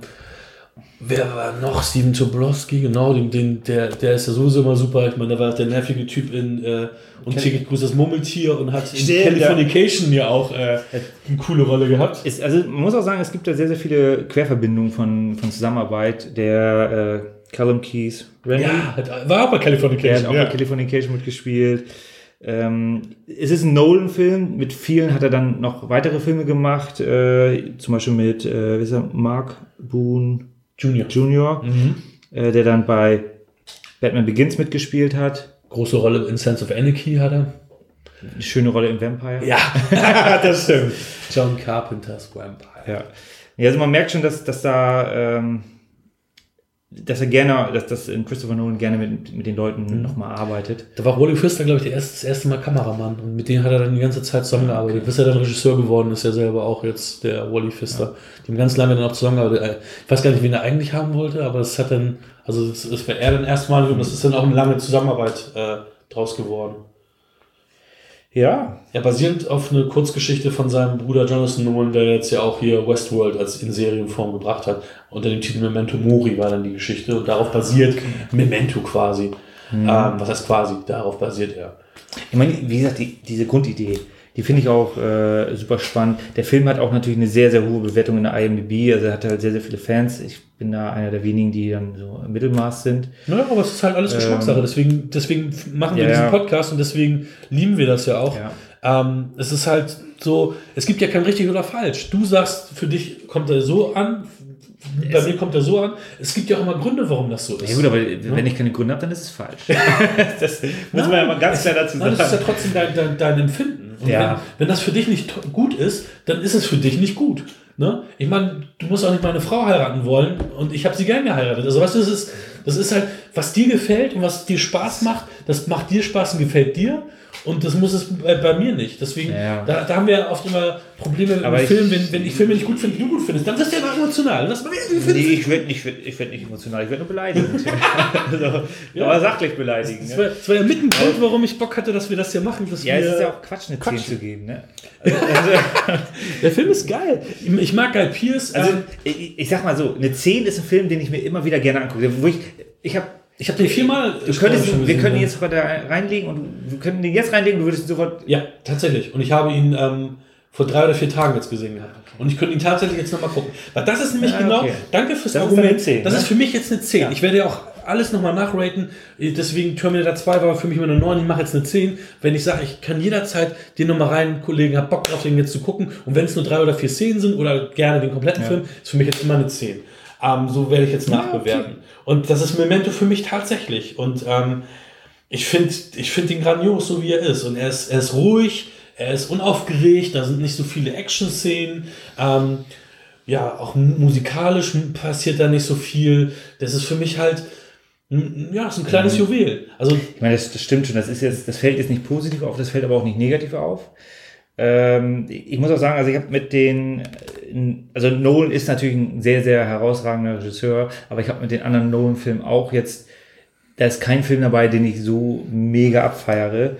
wer war noch? Steven Tobolowsky, genau, den, den, der, der ist ja sowieso immer super. Ich meine, der war der nervige Typ in äh, und täglich grüßt das Murmeltier und hat in Stimmt, Californication ja, ja auch äh, eine coole Rolle gehabt. Ist, also man muss auch sagen, es gibt da sehr, sehr viele Querverbindungen von, von Zusammenarbeit. Der äh, Callum Keys, Randy, ja, hat, war auch bei Californication. Der hat auch ja. bei Californication mitgespielt. Ähm, es ist ein Nolan-Film. Mit vielen hat er dann noch weitere Filme gemacht. Äh, zum Beispiel mit äh, wie ist er? Mark Boone Junior, Junior mhm. äh, der dann bei Batman Begins mitgespielt hat. Große Rolle in Sense of Anarchy hat er. Eine schöne Rolle in Vampire. Ja, das stimmt. John Carpenters Vampire. Ja. Ja, also man merkt schon, dass, dass da ähm, dass er gerne, dass das in Christopher Nolan gerne mit, mit den Leuten mhm. nochmal arbeitet. Da war Wally Pfister, glaube ich, der erste, das erste Mal Kameramann und mit dem hat er dann die ganze Zeit zusammengearbeitet. Okay. Bis er dann Regisseur geworden ist, er selber auch jetzt, der Wally Pfister. Ja. Die haben ganz lange dann auch zusammengearbeitet. Ich weiß gar nicht, wen er eigentlich haben wollte, aber es hat dann, also das, das war er dann erstmal und das ist dann auch eine lange Zusammenarbeit äh, draus geworden. Ja. Ja, basierend auf eine Kurzgeschichte von seinem Bruder Jonathan Nolan, der jetzt ja auch hier Westworld als in Serienform gebracht hat. Unter dem Titel Memento Mori war dann die Geschichte und darauf basiert Memento quasi. Mhm. Ähm, was heißt quasi? Darauf basiert er. Ich meine, wie gesagt, die, diese Grundidee, die finde ich auch äh, super spannend. Der Film hat auch natürlich eine sehr, sehr hohe Bewertung in der I M D B. Also er hat halt sehr, sehr viele Fans. Ich bin da einer der wenigen, die dann so im Mittelmaß sind. Naja, aber es ist halt alles Geschmackssache. Ähm, deswegen, deswegen machen wir ja, diesen Podcast und deswegen lieben wir das ja auch. Ja. Ähm, es ist halt so, es gibt ja kein richtig oder falsch. Du sagst, für dich kommt er so an, bei mir kommt er so an. Es gibt ja auch immer Gründe, warum das so ist. Ja gut, aber ja? wenn ich keine Gründe habe, dann ist es falsch. Das muss man ja mal ganz klar dazu sagen. Nein, das ist ja trotzdem dein, dein, dein Empfinden. Und ja. wenn, wenn das für dich nicht gut ist, dann ist es für dich nicht gut. Ne? Ich meine, du musst auch nicht meine Frau heiraten wollen und ich habe sie gern geheiratet. Also weißt du, das ist, das ist halt, was dir gefällt und was dir Spaß macht, das macht dir Spaß und gefällt dir. Und das muss es bei, bei mir nicht. Deswegen, ja. da, da haben wir oft immer Probleme aber mit Filmen. Wenn, wenn ich Filme nicht gut finde, die du gut findest, dann wirst du ja immer emotional. Das, nee, ich werde nicht, ich werd nicht emotional, ich werde nur beleidigen. also, ja. Aber sachlich beleidigen. Das, das, war, das war ja mit ein Grund, warum ich Bock hatte, dass wir das hier machen. Dass ja, wir es ist ja auch Quatsch, eine Quatsch. zehn zu geben. Ne? Also, der Film ist geil. Ich mag Guy Pearce. Also, ähm, ich, ich sag mal so, eine zehn ist ein Film, den ich mir immer wieder gerne angucke. Wo ich, ich habe Ich habe den viermal. Du könntest, wir gesehen, können ihn jetzt sogar da reinlegen und wir können den jetzt reinlegen. Du würdest ihn sofort. Ja, tatsächlich. Und ich habe ihn ähm, vor drei oder vier Tagen jetzt gesehen gehabt. Okay. Und ich könnte ihn tatsächlich jetzt nochmal gucken. Weil das ist nämlich ja, genau. Okay. Danke fürs das Argument. Ist zehn, das ne? ist für mich jetzt eine zehn. Ja. Ich werde ja auch alles nochmal nachraten. Deswegen Terminator zwei war für mich immer eine neun. Ich mache jetzt eine zehn. Wenn ich sage, ich kann jederzeit den nochmal reinlegen, habe Bock drauf, den jetzt zu gucken. Und wenn es nur drei oder vier Szenen sind oder gerne den kompletten ja. Film, ist für mich jetzt immer eine zehn. Ähm, so werde ich jetzt nachbewerten. Okay. Und das ist Memento für mich tatsächlich. Und ähm, ich finde ich find ihn grandios, so wie er ist. Und er ist, er ist ruhig, er ist unaufgeregt, da sind nicht so viele Action-Szenen. Ähm, ja, auch musikalisch passiert da nicht so viel. Das ist für mich halt, ja, ist ein kleines mhm. Juwel. Also, ich meine, das, das stimmt schon. Das, ist jetzt, das fällt jetzt nicht positiv auf, das fällt aber auch nicht negativ auf. Ich muss auch sagen, also ich habe mit den, also Nolan ist natürlich ein sehr, sehr herausragender Regisseur, aber ich habe mit den anderen Nolan-Filmen auch jetzt, da ist kein Film dabei, den ich so mega abfeiere.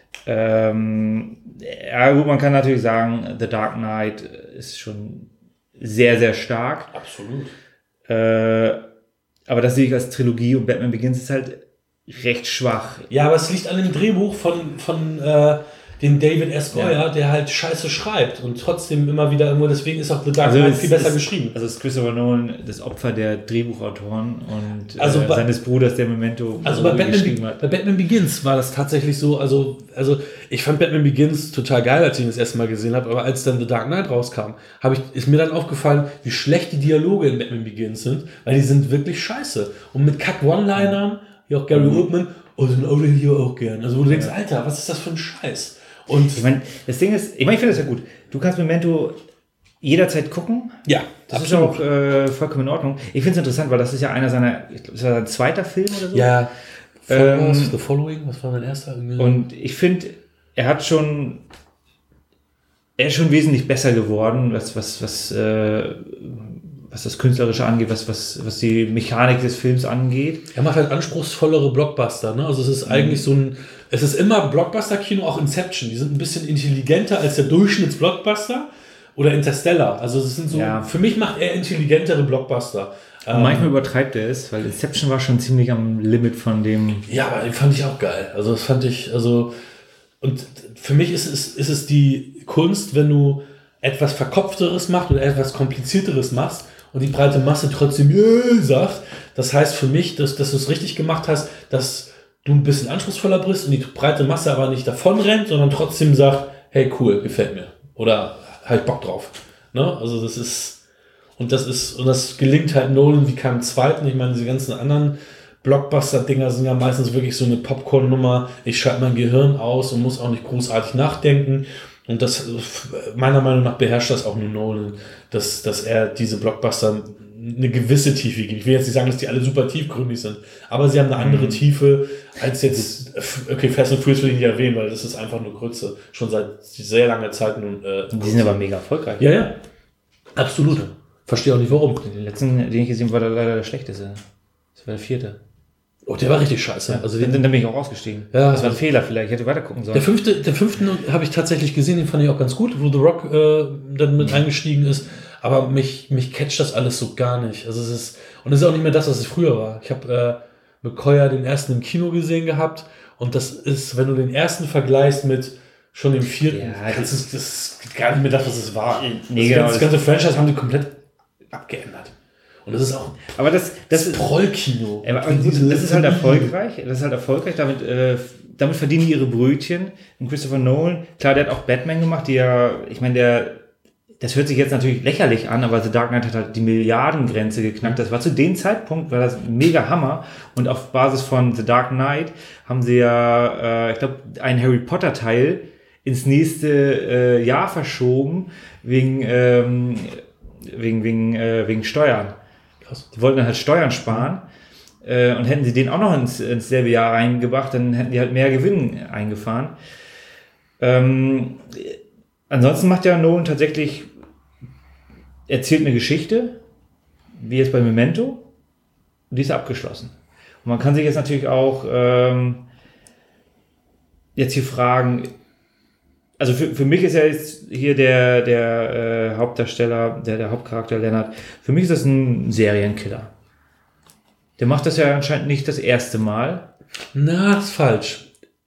Ähm, ja gut, man kann natürlich sagen, The Dark Knight ist schon sehr, sehr stark. Absolut. Äh, aber das sehe ich als Trilogie und Batman Begins ist halt recht schwach. Ja, aber es liegt an dem Drehbuch von, von äh den David S. Goyer, ja. der halt scheiße schreibt und trotzdem immer wieder irgendwo, deswegen ist auch The Dark Knight also viel besser ist, geschrieben. Also ist Christopher Nolan das Opfer der Drehbuchautoren und also äh, bei, seines Bruders, der Memento also bei Batman, Be- bei Batman Begins war das tatsächlich so, also, also ich fand Batman Begins total geil, als ich ihn das erste Mal gesehen habe, aber als dann The Dark Knight rauskam, habe ich, ist mir dann aufgefallen, wie schlecht die Dialoge in Batman Begins sind, weil die sind wirklich scheiße. Und mit Cut-One-Linern, wie auch Gary Oldman, oh, den Auto hier auch gern. Also wo du denkst, Alter, was ist das für ein Scheiß? Und ich meine, das Ding ist, ich meine, ich finde das ja gut. Du kannst Memento jederzeit gucken. Ja, das absolut. Ist auch äh, vollkommen in Ordnung. Ich finde es interessant, weil das ist ja einer seiner, ich glaube, das war sein zweiter Film oder so. Ja, ähm, The Following, was war mein erster? Irgendwie? Und ich finde, er hat schon, er ist schon wesentlich besser geworden, was, was, was, äh, was das Künstlerische angeht, was, was, was die Mechanik des Films angeht. Er macht halt anspruchsvollere Blockbuster, ne? Also es ist mhm. eigentlich so ein, es ist immer Blockbuster-Kino, auch Inception. Die sind ein bisschen intelligenter als der Durchschnitts-Blockbuster oder Interstellar. Also es sind so, ja. für mich macht er intelligentere Blockbuster. Ähm, manchmal übertreibt er es, weil Inception war schon ziemlich am Limit von dem. Ja, aber den fand ich auch geil. Also das fand ich, also, und für mich ist es, ist es die Kunst, wenn du etwas Verkopfteres machst oder etwas Komplizierteres machst und die breite Masse trotzdem yeah, sagt. Das heißt für mich, dass, dass du es richtig gemacht hast, dass du ein bisschen anspruchsvoller bist und die breite Masse aber nicht davon rennt, sondern trotzdem sagt, hey cool, gefällt mir. Oder halt Bock drauf. Ne? Also das ist, und das ist, und das gelingt halt Nolan wie keinem zweiten. Ich meine, diese ganzen anderen Blockbuster-Dinger sind ja meistens wirklich so eine Popcorn-Nummer. Ich schalte mein Gehirn aus und muss auch nicht großartig nachdenken. Und das, meiner Meinung nach, beherrscht das auch nur Nolan, dass, dass er diese Blockbuster eine gewisse Tiefe gibt. Ich will jetzt nicht sagen, dass die alle super tiefgründig sind, aber sie haben eine andere mhm. Tiefe als jetzt, okay, Fast and Furious will ich nicht erwähnen, weil das ist einfach nur Grütze. Schon seit sehr langer Zeit nun. Äh, die sind aber mega erfolgreich. Ja, ja. Absolut. Verstehe auch nicht, warum. Den letzten, den ich gesehen habe, war leider der schlechteste. Das war der vierte. Oh, der war richtig scheiße. Ja, also den, den, den bin ich auch ausgestiegen. Ja, das war ein Fehler vielleicht. Ich hätte weiter gucken sollen. Der fünfte, der fünften habe ich tatsächlich gesehen, den fand ich auch ganz gut, wo The Rock äh, dann mit eingestiegen ist. Aber mich, mich catcht das alles so gar nicht. Also es ist, und es ist auch nicht mehr das, was es früher war. Ich habe äh, mit Koya den ersten im Kino gesehen gehabt. Und das ist, wenn du den ersten vergleichst mit schon dem vierten, ja, das, ist, das ist gar nicht mehr das, was es war. Nee, das, genau, das ganze Franchise haben die komplett abgeändert. Und das ist auch aber das, das, das Prollkino. Aber das ist halt erfolgreich. Das ist halt erfolgreich. Damit, äh, damit verdienen die ihre Brötchen. Und Christopher Nolan, klar, der hat auch Batman gemacht, die ja, ich meine, der, das hört sich jetzt natürlich lächerlich an, aber The Dark Knight hat halt die Milliardengrenze geknackt. Das war zu dem Zeitpunkt, war das mega Hammer. Und auf Basis von The Dark Knight haben sie ja, äh, ich glaube, einen Harry Potter Teil ins nächste äh, Jahr verschoben, wegen, ähm, wegen, wegen, äh, wegen Steuern. Krass. Die wollten dann halt Steuern sparen. Äh, und hätten sie den auch noch ins, ins selbe Jahr reingebracht, dann hätten die halt mehr Gewinn eingefahren. Ähm, ansonsten macht ja Nolan tatsächlich, erzählt eine Geschichte, wie jetzt bei Memento, und die ist abgeschlossen. Und man kann sich jetzt natürlich auch ähm, jetzt hier fragen, also für, für mich ist ja jetzt hier der, der äh, Hauptdarsteller, der, der Hauptcharakter Leonard, für mich ist das ein Serienkiller. Der macht das ja anscheinend nicht das erste Mal. Na, das ist falsch.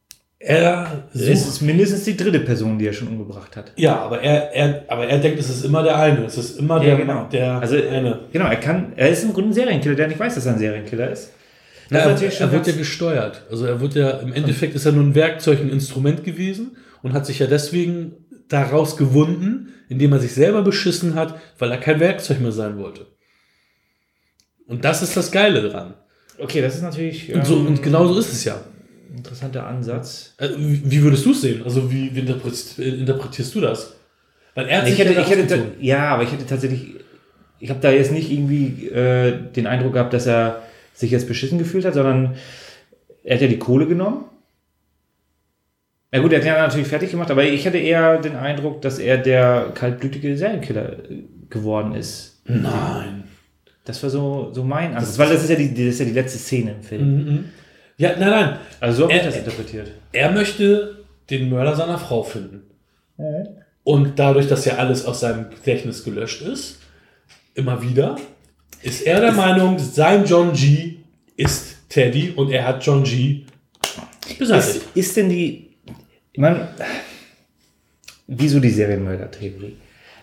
Er sucht, es ist mindestens die dritte Person, die er schon umgebracht hat. Ja, aber er, er, aber er denkt, es ist immer der eine. Es ist immer ja, der, genau. der also, eine. Genau, er kann, er ist im Grunde ein Serienkiller, der nicht weiß, dass er ein Serienkiller ist. Das ja, ist natürlich er, er wird ja gesteuert. Also er wird ja, im Endeffekt ist er nur ein Werkzeug, ein Instrument gewesen und hat sich ja deswegen daraus gewunden, indem er sich selber beschissen hat, weil er kein Werkzeug mehr sein wollte. Und das ist das Geile dran. Okay, das ist natürlich... Und, so, ähm, und genau so ist es ja. Interessanter Ansatz. Also, wie würdest du es sehen? Also wie, wie interpretierst, interpretierst du das? Weil er hat ich sich hätte, ja, ich hätte, ja, aber ich hätte tatsächlich... Ich habe da jetzt nicht irgendwie äh, den Eindruck gehabt, dass er sich jetzt beschissen gefühlt hat, sondern er hat ja die Kohle genommen. Ja gut, er hat ja natürlich fertig gemacht, aber ich hatte eher den Eindruck, dass er der kaltblütige Serienkiller geworden ist. Nein. Das war so, so mein Ansatz, weil das ist, ja die, das ist ja die letzte Szene im Film. Mhm. Ja, nein, nein. Also so habe ich er, das interpretiert. Er möchte den Mörder seiner Frau finden. Mhm. Und dadurch, dass ja alles aus seinem Gedächtnis gelöscht ist, immer wieder, ist er der ist, Meinung, sein John G. ist Teddy und er hat John G. beseitigt. Ist, ist denn die... Ich meine, wieso die Serienmörder-Theorie?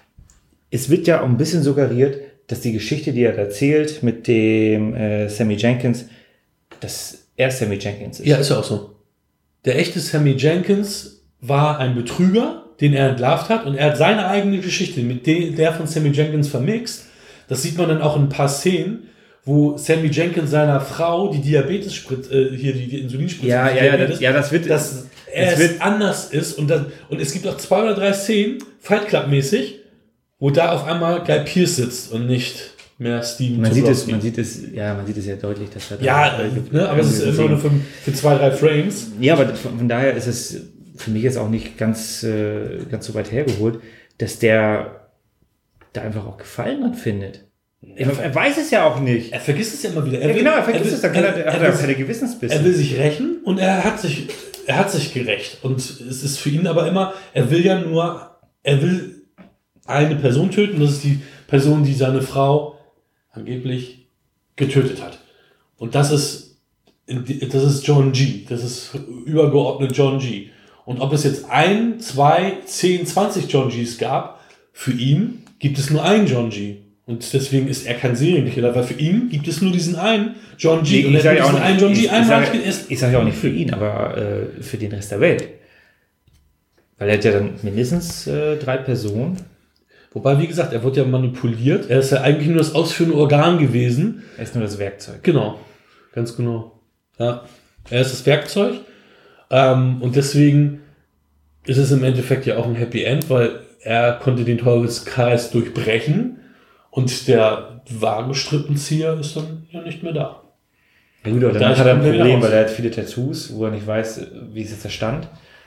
Es wird ja auch ein bisschen suggeriert, dass die Geschichte, die er erzählt mit dem äh, Sammy Jenkins, dass er Sammy Jenkins ist. Ja, ist ja auch so. Der echte Sammy Jenkins war ein Betrüger, den er entlarvt hat und er hat seine eigene Geschichte mit der von Sammy Jenkins vermixt. Das sieht man dann auch in ein paar Szenen, wo Sammy Jenkins seiner Frau die Diabetes spritzt, äh, hier die, die Insulinspritze. Ja, ja, ja, das, ja, das wird... Dass er wird anders ist und, dann, und es gibt auch zwei oder drei Szenen, Fight Club-mäßig, wo da auf einmal Guy Pearce sitzt und nicht mehr Steven man sieht es, man sieht es, ja, man sieht es ja deutlich, dass er da... Ja, da, ne, aber es ist immer nur für, für zwei, drei Frames. Ja, aber von, von daher ist es für mich jetzt auch nicht ganz, äh, ganz so weit hergeholt, dass der da einfach auch Gefallen dran findet. Er, er weiß es ja auch nicht. Er vergisst es ja immer wieder. Er ja, will, genau, er vergisst er will, es, dann kann er, er, er, hat er auch keine Gewissensbisse. Er will sich rächen und er hat sich, er hat sich gerächt. Und es ist für ihn aber immer, er will ja nur, er will eine Person töten, das ist die Person, die seine Frau angeblich getötet hat. Und das ist, das ist John G. Das ist übergeordnet John G. Und ob es jetzt ein, zwei, zehn, zwanzig John Gs gab, für ihn gibt es nur einen John G. Und deswegen ist er kein Serienkiller, weil für ihn gibt es nur diesen einen John G. Nee, und ich sage ja auch nicht, einen John G. ich, einmal ich sage sag ja auch nicht für ihn, aber äh, für den Rest der Welt. Weil er hat ja dann mindestens äh, drei Personen. Wobei, wie gesagt, er wird ja manipuliert. Er ist ja eigentlich nur das ausführende Organ gewesen. Er ist nur das Werkzeug. Genau, ganz genau. Ja, er ist das Werkzeug. Ähm, und deswegen ist es im Endeffekt ja auch ein Happy End, weil er konnte den Teufelskreis durchbrechen und der wahre Strippenzieher ist dann ja nicht mehr da. Ja gut, aber dann hat er ein Problem, weil er hat viele Tattoos, wo er nicht weiß, wie ist jetzt der Stand.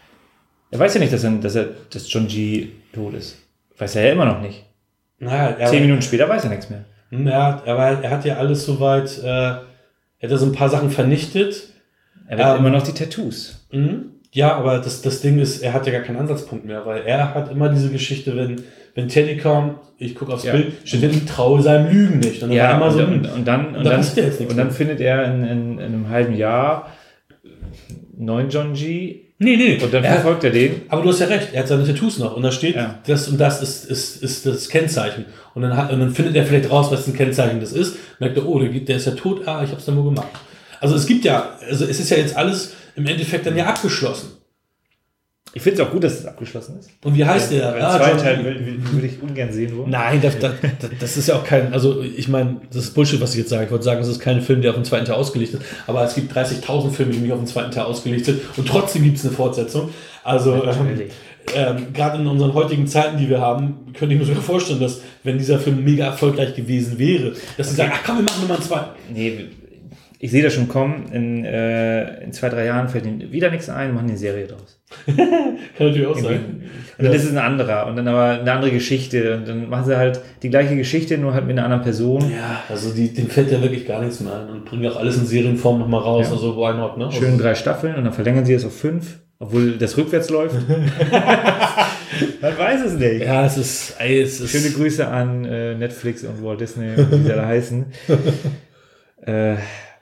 Er weiß ja nicht, dass, er, dass, er, dass John G. tot ist. Weiß er ja immer noch nicht. Naja, er, Zehn Minuten später weiß er nichts mehr. Ja, aber er hat ja alles soweit, äh, er hat ja so ein paar Sachen vernichtet. Er hat ähm, immer noch die Tattoos. Mhm. Ja, aber das, das Ding ist, er hat ja gar keinen Ansatzpunkt mehr, weil er hat immer diese Geschichte, wenn, wenn Teddy kommt, ich gucke aufs ja. Bild, steht hinten, traue seinem Lügen nicht. Und dann, ja, immer und, so, und, und dann, und, und dann, und dann findet er in, in, in einem halben Jahr neuen John G. Nee, nee. Und dann er verfolgt hat, er den. Aber du hast ja recht, er hat seine Tattoos noch. Und da steht, ja. das und das ist, ist, ist das Kennzeichen. Und dann, hat, und dann findet er vielleicht raus, was ein Kennzeichen das ist. Merkt er, oh, der, der ist ja tot. Ah, ich hab's dann wohl gemacht. Also es gibt ja, also es ist ja jetzt alles im Endeffekt dann ja abgeschlossen. Ich finde es auch gut, dass es abgeschlossen ist. Und wie heißt der? Den Ah, zweiten Teil würde würd ich ungern sehen wollen. Nein, das, das, das ist ja auch kein, also ich meine, das ist Bullshit, was ich jetzt sage. Ich wollte sagen, es ist kein Film, der auf den zweiten Teil ausgelegt ist. Aber es gibt dreißigtausend Filme, die nicht auf den zweiten Teil ausgelegt sind. Und trotzdem gibt es eine Fortsetzung. Also ähm, ähm, gerade in unseren heutigen Zeiten, die wir haben, könnte ich mir sogar vorstellen, dass wenn dieser Film mega erfolgreich gewesen wäre, dass sie sagen, ach komm, wir machen nochmal einen zweiten. Nee, ich sehe das schon kommen, in, äh, in zwei, drei Jahren fällt ihnen wieder nichts ein, machen die eine Serie draus. Kann natürlich auch sein. Und dann ja. ist es ein anderer und dann aber eine andere Geschichte und dann machen sie halt die gleiche Geschichte, nur halt mit einer anderen Person. Ja, also die, denen fällt ja wirklich gar nichts mehr ein und bringen auch alles in Serienform nochmal raus, ja. Also why not, ne? Schön drei Staffeln und dann verlängern sie es auf fünf, obwohl das rückwärts läuft. Man weiß es nicht. Ja, es ist... Ey, es ist schöne Grüße an äh, Netflix und Walt Disney, wie sie da heißen. äh...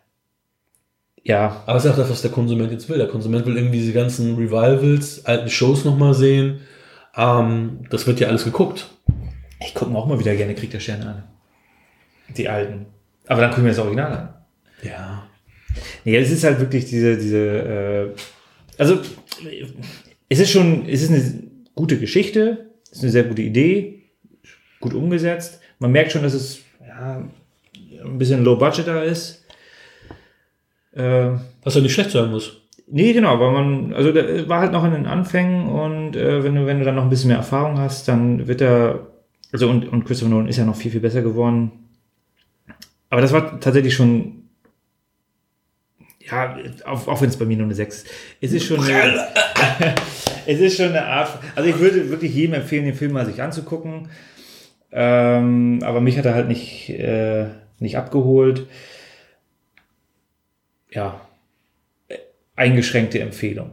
Ja. Aber es ist auch das, was der Konsument jetzt will. Der Konsument will irgendwie diese ganzen Revivals, alten Shows nochmal sehen. Ähm, das wird ja alles geguckt. Ich gucke mir auch mal wieder gerne Krieg der Sterne an. Die alten. Aber dann gucken wir das Original an. Ja. Nee, es ist halt wirklich diese, diese, äh, also, es ist schon, es ist eine gute Geschichte, es ist eine sehr gute Idee, gut umgesetzt. Man merkt schon, dass es, ja, ein bisschen low-budgeter ist. Was ja nicht schlecht sein muss. Nee, genau, weil man, also der war halt noch in den Anfängen und äh, wenn du, wenn du dann noch ein bisschen mehr Erfahrung hast, dann wird er, also und, und Christopher Nolan ist ja noch viel, viel besser geworden. Aber das war tatsächlich schon, ja, auch, auch wenn es bei mir nur eine sechs ist, es ist schon eine, es ist schon eine Art, also ich würde wirklich jedem empfehlen, den Film mal sich anzugucken, ähm, aber mich hat er halt nicht, äh, nicht abgeholt. Ja, eingeschränkte Empfehlung.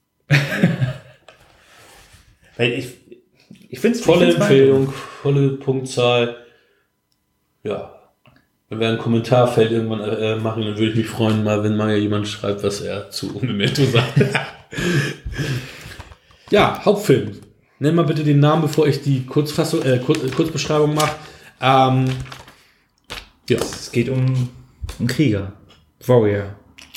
Weil ich, ich finde es volle Empfehlung, volle Punktzahl. Ja, wenn wir ein Kommentarfeld irgendwann äh, machen, dann würde ich mich freuen, mal, wenn mal jemand schreibt, was er zu Memento sagt. Ja, Hauptfilm. Nenn mal bitte den Namen, bevor ich die Kurzfassung, äh, Kur- Kurzbeschreibung mache. Ähm, ja, es geht um einen Krieger, Warrior.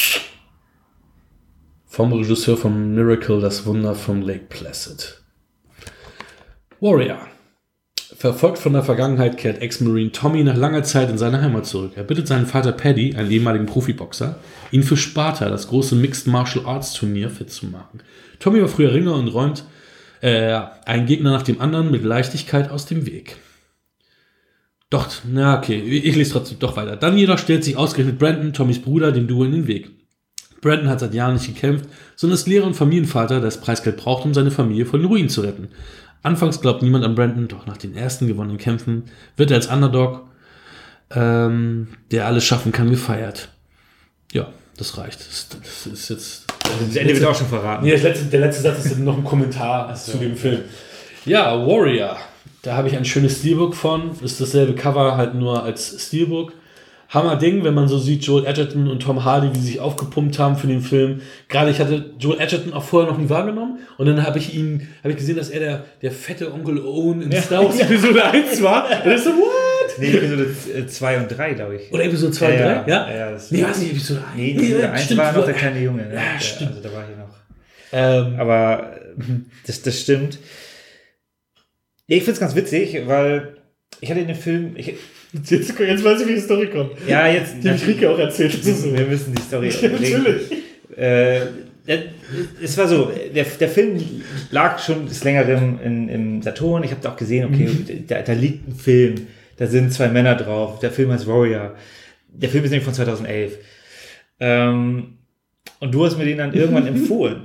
Vom Regisseur von Miracle, das Wunder vom Lake Placid. Warrior. Verfolgt von der Vergangenheit kehrt Ex-Marine Tommy nach langer Zeit in seine Heimat zurück. Er bittet seinen Vater Paddy, einen ehemaligen Profiboxer, ihn für Sparta, das große Mixed Martial Arts Turnier, fit zu machen. Tommy war früher Ringer und räumt äh, einen Gegner nach dem anderen mit Leichtigkeit aus dem Weg. Doch, na okay, ich lese trotzdem doch weiter. Dann jedoch stellt sich ausgerechnet Brandon, Tommys Bruder, dem Duo in den Weg. Brandon hat seit Jahren nicht gekämpft, sondern ist Lehrer und Familienvater, der das Preisgeld braucht, um seine Familie von den Ruinen zu retten. Anfangs glaubt niemand an Brandon, doch nach den ersten gewonnenen Kämpfen wird er als Underdog, ähm, der alles schaffen kann, gefeiert. Ja, das reicht. Das, das ist jetzt... Also das Ende wird auch schon verraten. Nee, das letzte, der letzte Satz ist noch ein Kommentar so. Zu dem Film. Ja, Warrior. Da habe ich ein schönes Steelbook von. Ist dasselbe Cover, halt nur als Steelbook. Hammer Ding, wenn man so sieht, Joel Edgerton und Tom Hardy, wie sie sich aufgepumpt haben für den Film. Gerade ich hatte Joel Edgerton auch vorher noch nie wahrgenommen und dann habe ich ihn, habe ich gesehen, dass er der, der fette Onkel Owen in Star Wars Episode eins war. Und ich so, what? Nee, Episode zwei und drei, glaube ich. Oder Episode zwei ja, und drei? Ja? ja, ja das nee, weiß nicht, Episode eins. Nee, Episode eins stimmt, war noch der kleine Junge. Ne? Ja, stimmt. Also da war ich noch. Ähm, Aber das, das stimmt. Ich finde es ganz witzig, weil ich hatte in dem Film... Ich, Jetzt, jetzt weiß ich, wie die Story kommt. Ja, jetzt. Die habe ich Rieke auch erzählt. Das ist so. Wir müssen die Story ja, natürlich. Äh, es war so, der, der Film lag schon des Längerem in, im Saturn. Ich habe da auch gesehen, okay, mhm. da, da liegt ein Film, da sind zwei Männer drauf. Der Film heißt Warrior. Der Film ist nämlich von zweitausendelf. Ähm, und du hast mir den dann irgendwann empfohlen.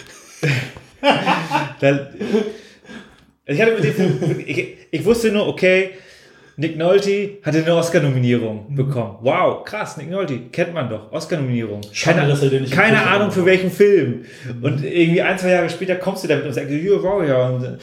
da, ich hatte mit dem Film, ich, ich wusste nur, okay, Nick Nolte hatte eine Oscar-Nominierung bekommen. Wow, krass, Nick Nolte, kennt man doch, Oscar-Nominierung. Keine, dass er den nicht keine Ahnung für welchen Film. Und irgendwie ein, zwei Jahre später kommst du damit und sagst, you're Warrior. Und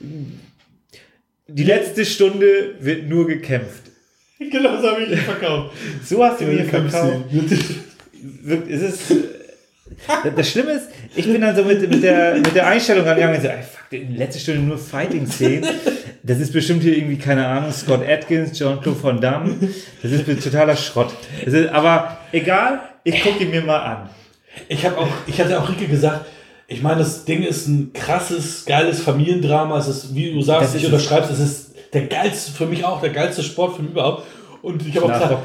die letzte Stunde wird nur gekämpft. Genau, so habe ich ihn verkauft. So hast du ihn verkauft. Es ist, das Schlimme ist, ich bin dann so mit, mit, der, mit der Einstellung rangegangen und so, ey, fuck, in letzter Stunde nur Fighting-Szenen. Das ist bestimmt hier irgendwie, keine Ahnung, Scott Adkins, Jean-Claude Van Damme. Das ist totaler Schrott. Das ist, aber egal, ich gucke ihn mir mal an. Ich habe auch, ich hatte auch Ricke gesagt, ich meine, das Ding ist ein krasses, geiles Familiendrama. Es ist, wie du sagst, ich unterschreibst, es ist der geilste, für mich auch der geilste Sportfilm überhaupt. Und ich habe auch gesagt,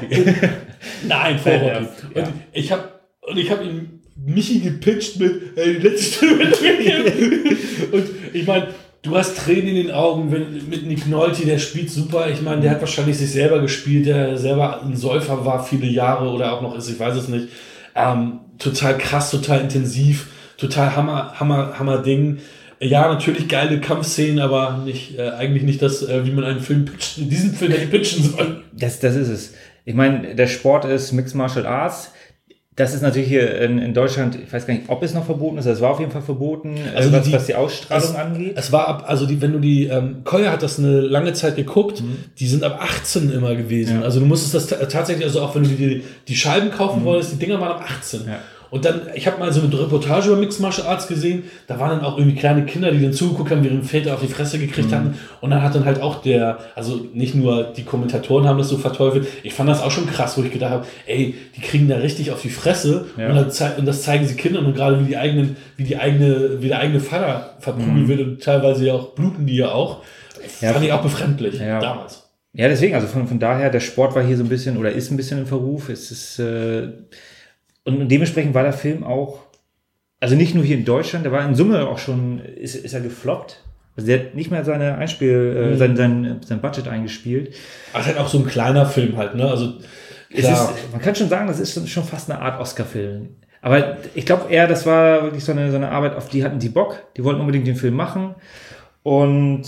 nein, vor Rocky. Ja. Und ich habe und ich habe ihn Michi gepitcht mit ey, die letzte Stimme. Und ich meine, du hast Tränen in den Augen wenn, mit Nick Nolte, der spielt super. Ich meine, der hat wahrscheinlich sich selber gespielt, der selber ein Säufer war viele Jahre oder auch noch ist, ich weiß es nicht. Ähm, total krass, total intensiv, total Hammer, Hammer, Hammer Ding. Ja, natürlich geile Kampfszenen, aber nicht, äh, eigentlich nicht das, äh, wie man einen Film pitcht, diesen Film hätte pitchen sollen. Das, das ist es. Ich meine, der Sport ist Mixed Martial Arts. Das ist natürlich hier in, in Deutschland, ich weiß gar nicht, ob es noch verboten ist, es war auf jeden Fall verboten, also was, die, was die Ausstrahlung es, angeht. Es war ab, also die, wenn du die, ähm, Koya hat das eine lange Zeit geguckt, mhm. die sind ab achtzehn immer gewesen. Ja. Also du musstest das t- tatsächlich, also auch wenn du die, die Scheiben kaufen mhm. wolltest, die Dinger waren ab achtzehn. Ja. Und dann, ich habe mal so eine Reportage über Mixed Martial Arts gesehen, da waren dann auch irgendwie kleine Kinder, die dann zugeguckt haben, wie ihre Väter auf die Fresse gekriegt mhm. hatten. Und dann hat dann halt auch der, also nicht nur die Kommentatoren haben das so verteufelt, ich fand das auch schon krass, wo ich gedacht habe, ey, die kriegen da richtig auf die Fresse ja. und, dann ze- und das zeigen sie Kindern und gerade wie die eigenen, wie die eigene, wie der eigene Vater verprügelt mhm. wird und teilweise ja auch bluten die ja auch. Ja, fand ich auch befremdlich ja. damals. Ja, deswegen, also von, von daher, der Sport war hier so ein bisschen oder ist ein bisschen im Verruf. Es ist, äh, Und dementsprechend war der Film auch, also nicht nur hier in Deutschland, der war in Summe auch schon, ist, ist er gefloppt. Also der hat nicht mehr seine Einspiel, äh, sein, sein, sein Budget eingespielt. Ach, halt auch so ein kleiner Film halt, ne? Also klar. Es ist, man kann schon sagen, das ist schon fast eine Art Oscar-Film. Aber ich glaube eher, das war wirklich so eine, so eine Arbeit, auf die hatten die Bock. Die wollten unbedingt den Film machen. Und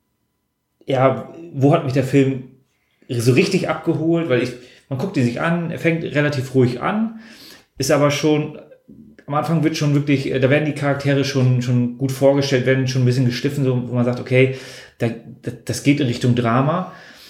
ja, wo hat mich der Film so richtig abgeholt? Weil ich, man guckt ihn sich an, er fängt relativ ruhig an. Ist aber schon, am Anfang wird schon wirklich, da werden die Charaktere schon, schon gut vorgestellt, werden schon ein bisschen gestiffen, so, wo man sagt, okay, da, das geht in Richtung Drama.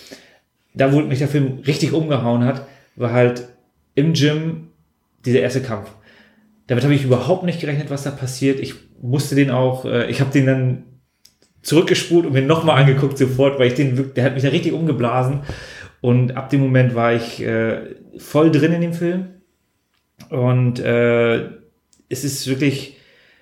Da, wo mich der Film richtig umgehauen hat, war halt im Gym dieser erste Kampf. Damit habe ich überhaupt nicht gerechnet, was da passiert. Ich musste den auch, ich habe den dann zurückgespult und mir nochmal angeguckt sofort, weil ich den, der hat mich da richtig umgeblasen. Und ab dem Moment war ich äh, voll drin in dem Film. Und äh, es ist wirklich,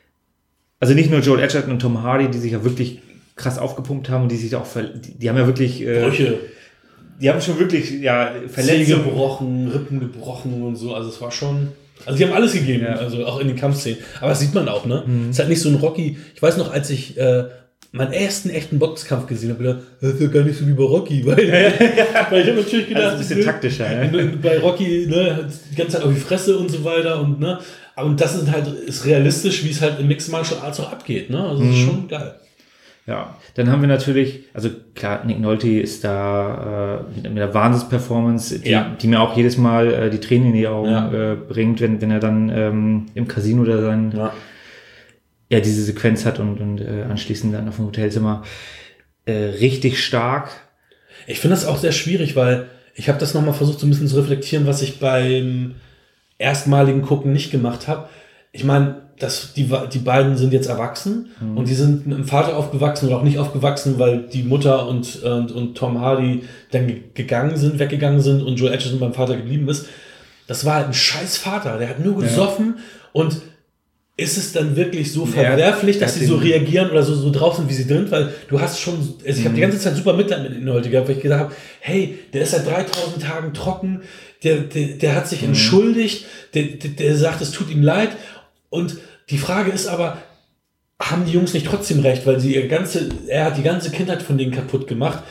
also nicht nur Joel Edgerton und Tom Hardy, die sich ja wirklich krass aufgepumpt haben und die sich da auch, ver- die, die haben ja wirklich, äh, Brüche. Die haben schon wirklich, ja, Verletzungen gebrochen, Rippen gebrochen und so, also es war schon, also die haben alles gegeben, ja. Also auch in den Kampfszenen, aber das sieht man auch, ne? Mhm. Es ist halt nicht so ein Rocky, ich weiß noch, als ich äh, meinen ersten echten Boxkampf gesehen habe, gedacht, das ist ja gar nicht so wie bei Rocky, weil, weil ich habe natürlich gedacht, also ein bisschen ne, taktischer, ne? Bei Rocky, ne, die ganze Zeit auf die Fresse und so weiter und ne, und das ist halt, ist realistisch, wie es halt in Mixed Martial Arts auch abgeht, ne, also das mhm. ist schon geil. Ja, dann haben wir natürlich, also klar, Nick Nolte ist da äh, mit einer Wahnsinns-Performance, die, ja. die mir auch jedes Mal äh, die Tränen in die Augen ja. äh, bringt, wenn, wenn er dann ähm, im Casino da sein ja. ja, diese Sequenz hat und, und äh, anschließend dann auf dem Hotelzimmer äh, richtig stark. Ich finde das auch sehr schwierig, weil ich habe das nochmal versucht, so ein bisschen zu reflektieren, was ich beim erstmaligen Gucken nicht gemacht habe. Ich meine, das, die, die beiden sind jetzt erwachsen mhm. und die sind mit dem Vater aufgewachsen oder auch nicht aufgewachsen, weil die Mutter und, und, und Tom Hardy dann gegangen sind, weggegangen sind und Joel Edgerton beim Vater geblieben ist. Das war halt ein scheiß Vater, der hat nur gesoffen ja. und ist es dann wirklich so verwerflich, dass sie so reagieren oder so, so drauf sind, wie sie drin? Weil du hast schon, also ich mhm. habe die ganze Zeit super Mitleid mit ihnen heute gehabt, weil ich gedacht habe, hey, der ist seit dreitausend Tagen trocken, der, der, der hat sich mhm. entschuldigt, der, der, der sagt, es tut ihm leid. Und die Frage ist aber, haben die Jungs nicht trotzdem recht? Weil sie ihr ganze, er hat die ganze Kindheit von denen kaputt gemacht.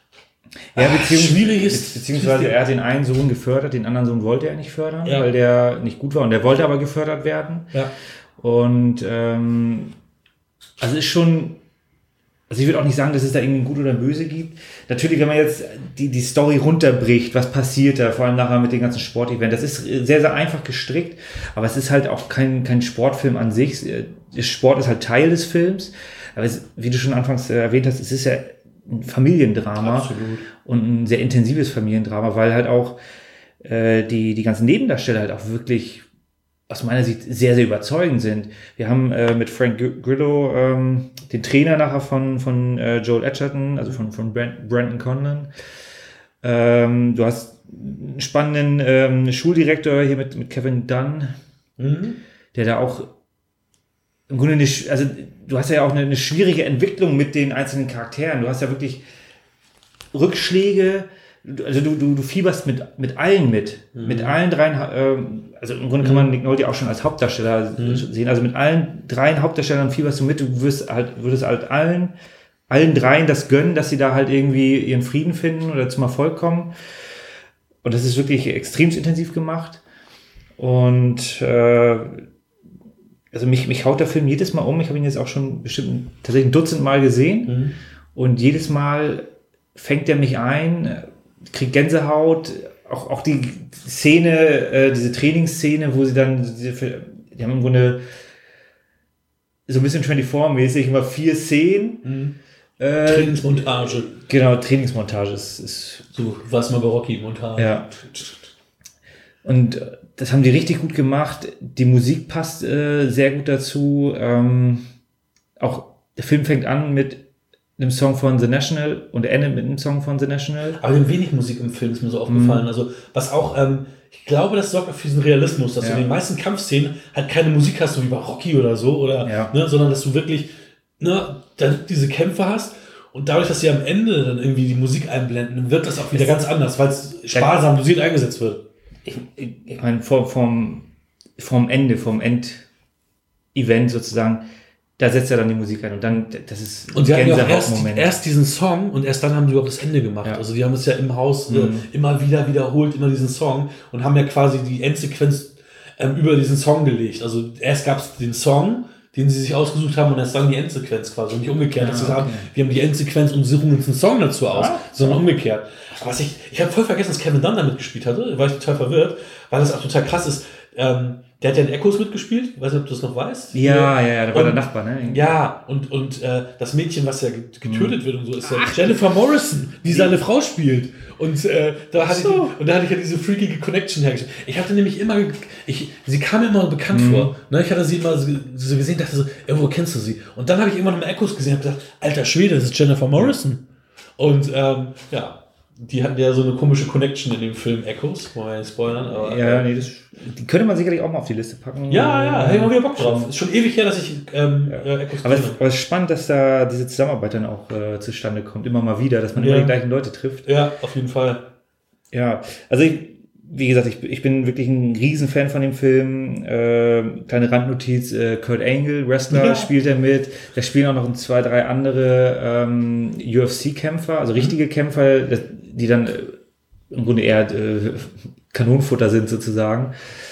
Ja, beziehungs- schwierig ist, beziehungsweise er hat den einen Sohn gefördert, den anderen Sohn wollte er nicht fördern, ja. weil der nicht gut war und der wollte aber gefördert werden. Ja. Und ähm, also ist schon, also ich würde auch nicht sagen, dass es da irgendwie ein Gut oder ein Böse gibt. Natürlich, wenn man jetzt die, die Story runterbricht, was passiert da, vor allem nachher mit den ganzen Sportevents, das ist sehr, sehr einfach gestrickt, aber es ist halt auch kein, kein Sportfilm an sich. Der Sport ist halt Teil des Films, aber es, wie du schon anfangs erwähnt hast, es ist ja ein Familiendrama. Absolut. Und ein sehr intensives Familiendrama, weil halt auch äh, die, die ganzen Nebendarsteller halt auch wirklich aus meiner Sicht sehr, sehr überzeugend sind. Wir haben äh, mit Frank Grillo ähm, den Trainer nachher von, von äh, Joel Edgerton, also von, von Brent, Brandon Conlon. Ähm, du hast einen spannenden ähm, Schuldirektor hier mit, mit Kevin Dunn, mhm. der da auch im Grunde nicht, also du hast ja auch eine, eine schwierige Entwicklung mit den einzelnen Charakteren. Du hast ja wirklich Rückschläge, also du, du, du fieberst mit, mit allen mit. Mhm. Mit allen dreien, äh, also im Grunde kann man Nick Nolte auch schon als Hauptdarsteller mhm. sehen. Also mit allen dreien Hauptdarstellern fieberst du mit. Du wirst halt, würdest halt allen, allen dreien das gönnen, dass sie da halt irgendwie ihren Frieden finden oder zum Erfolg kommen. Und das ist wirklich extrem intensiv gemacht. Und äh, also mich, mich haut der Film jedes Mal um. Ich habe ihn jetzt auch schon bestimmt tatsächlich ein Dutzend Mal gesehen. Mhm. Und jedes Mal fängt er mich ein, kriegt Gänsehaut. Auch, auch die Szene, äh, diese Trainingsszene, wo sie dann, diese, die haben im Grunde so ein bisschen vierundzwanzig-mäßig immer vier Szenen. Mhm. Äh, Trainingsmontage. Genau, Trainingsmontage ist, ist so, was mal bei Rocky-Montage. Ja. Und das haben die richtig gut gemacht. Die Musik passt äh, sehr gut dazu. Ähm, auch der Film fängt an mit einem Song von The National und endet mit einem Song von The National. Aber wir haben wenig Musik im Film, ist mir so aufgefallen. Mm. Also, was auch, ähm, ich glaube, das sorgt auch für diesen Realismus, dass ja. du in den meisten Kampfszenen halt keine Musik hast, so wie bei Rocky oder so, oder, ja. ne, sondern dass du wirklich ne, dann diese Kämpfe hast. Und dadurch, dass sie am Ende dann irgendwie die Musik einblenden, dann wirkt das auch wieder es ganz anders, weil es sparsam dosiert eingesetzt wird. Ich, ich, ich meine, vom, vom, vom Ende, vom End-Event sozusagen, da setzt er dann die Musik ein und dann, das ist und sie haben ja auch erst, erst diesen Song und erst dann haben die überhaupt das Ende gemacht. Ja. Also die haben es ja im Haus mhm. äh, immer wieder wiederholt, immer diesen Song und haben ja quasi die Endsequenz ähm, über diesen Song gelegt. Also erst gab es den Song, den sie sich ausgesucht haben und erst dann die Endsequenz quasi und nicht umgekehrt. Ja, dass sie okay. sagen, wir haben die Endsequenz und suchen uns einen Song dazu aus, ja, sondern umgekehrt. Aber was ich, ich habe voll vergessen, dass Kevin Dunn da mitgespielt hatte, da war ich total verwirrt, weil das auch total krass ist. Ähm, der hat ja in Echoes mitgespielt, ich weiß nicht, ob du das noch weißt. Ja, ja, ja, da war der Nachbar, ne? Ja, und, und äh, das Mädchen, was ja getötet mhm. wird und so, ist ja Ach, Jennifer Morrison, die seine Frau spielt. Und, äh, da hatte so. ich, und da hatte ich ja diese freakige Connection hergestellt. Ich hatte nämlich immer, ich, sie kam mir immer bekannt mhm. vor. Ne? Ich hatte sie immer so, so gesehen, dachte so, irgendwo kennst du sie. Und dann habe ich irgendwann noch Echoes gesehen und gesagt, alter Schwede, das ist Jennifer Morrison. Und ähm, ja, die hatten ja so eine komische Connection in dem Film Echoes, wollen wir nicht spoilern. Aber, ja, nee, das, die könnte man sicherlich auch mal auf die Liste packen. Ja, ja, hätte ich mal wieder Bock drauf. Ist schon ewig her, dass ich ähm, ja. äh, Echoes aber es, aber es ist spannend, dass da diese Zusammenarbeit dann auch äh, zustande kommt, immer mal wieder, dass man ja. immer die gleichen Leute trifft. Ja, auf jeden Fall. Ja, also ich, wie gesagt, ich, ich bin wirklich ein Riesenfan von dem Film. Äh, kleine Randnotiz, äh, Kurt Angle, Wrestler, ja. spielt er mit. Da spielen auch noch zwei, drei andere ähm, U F C-Kämpfer, also richtige mhm. Kämpfer, die dann äh, im Grunde eher äh, Kanonenfutter sind sozusagen.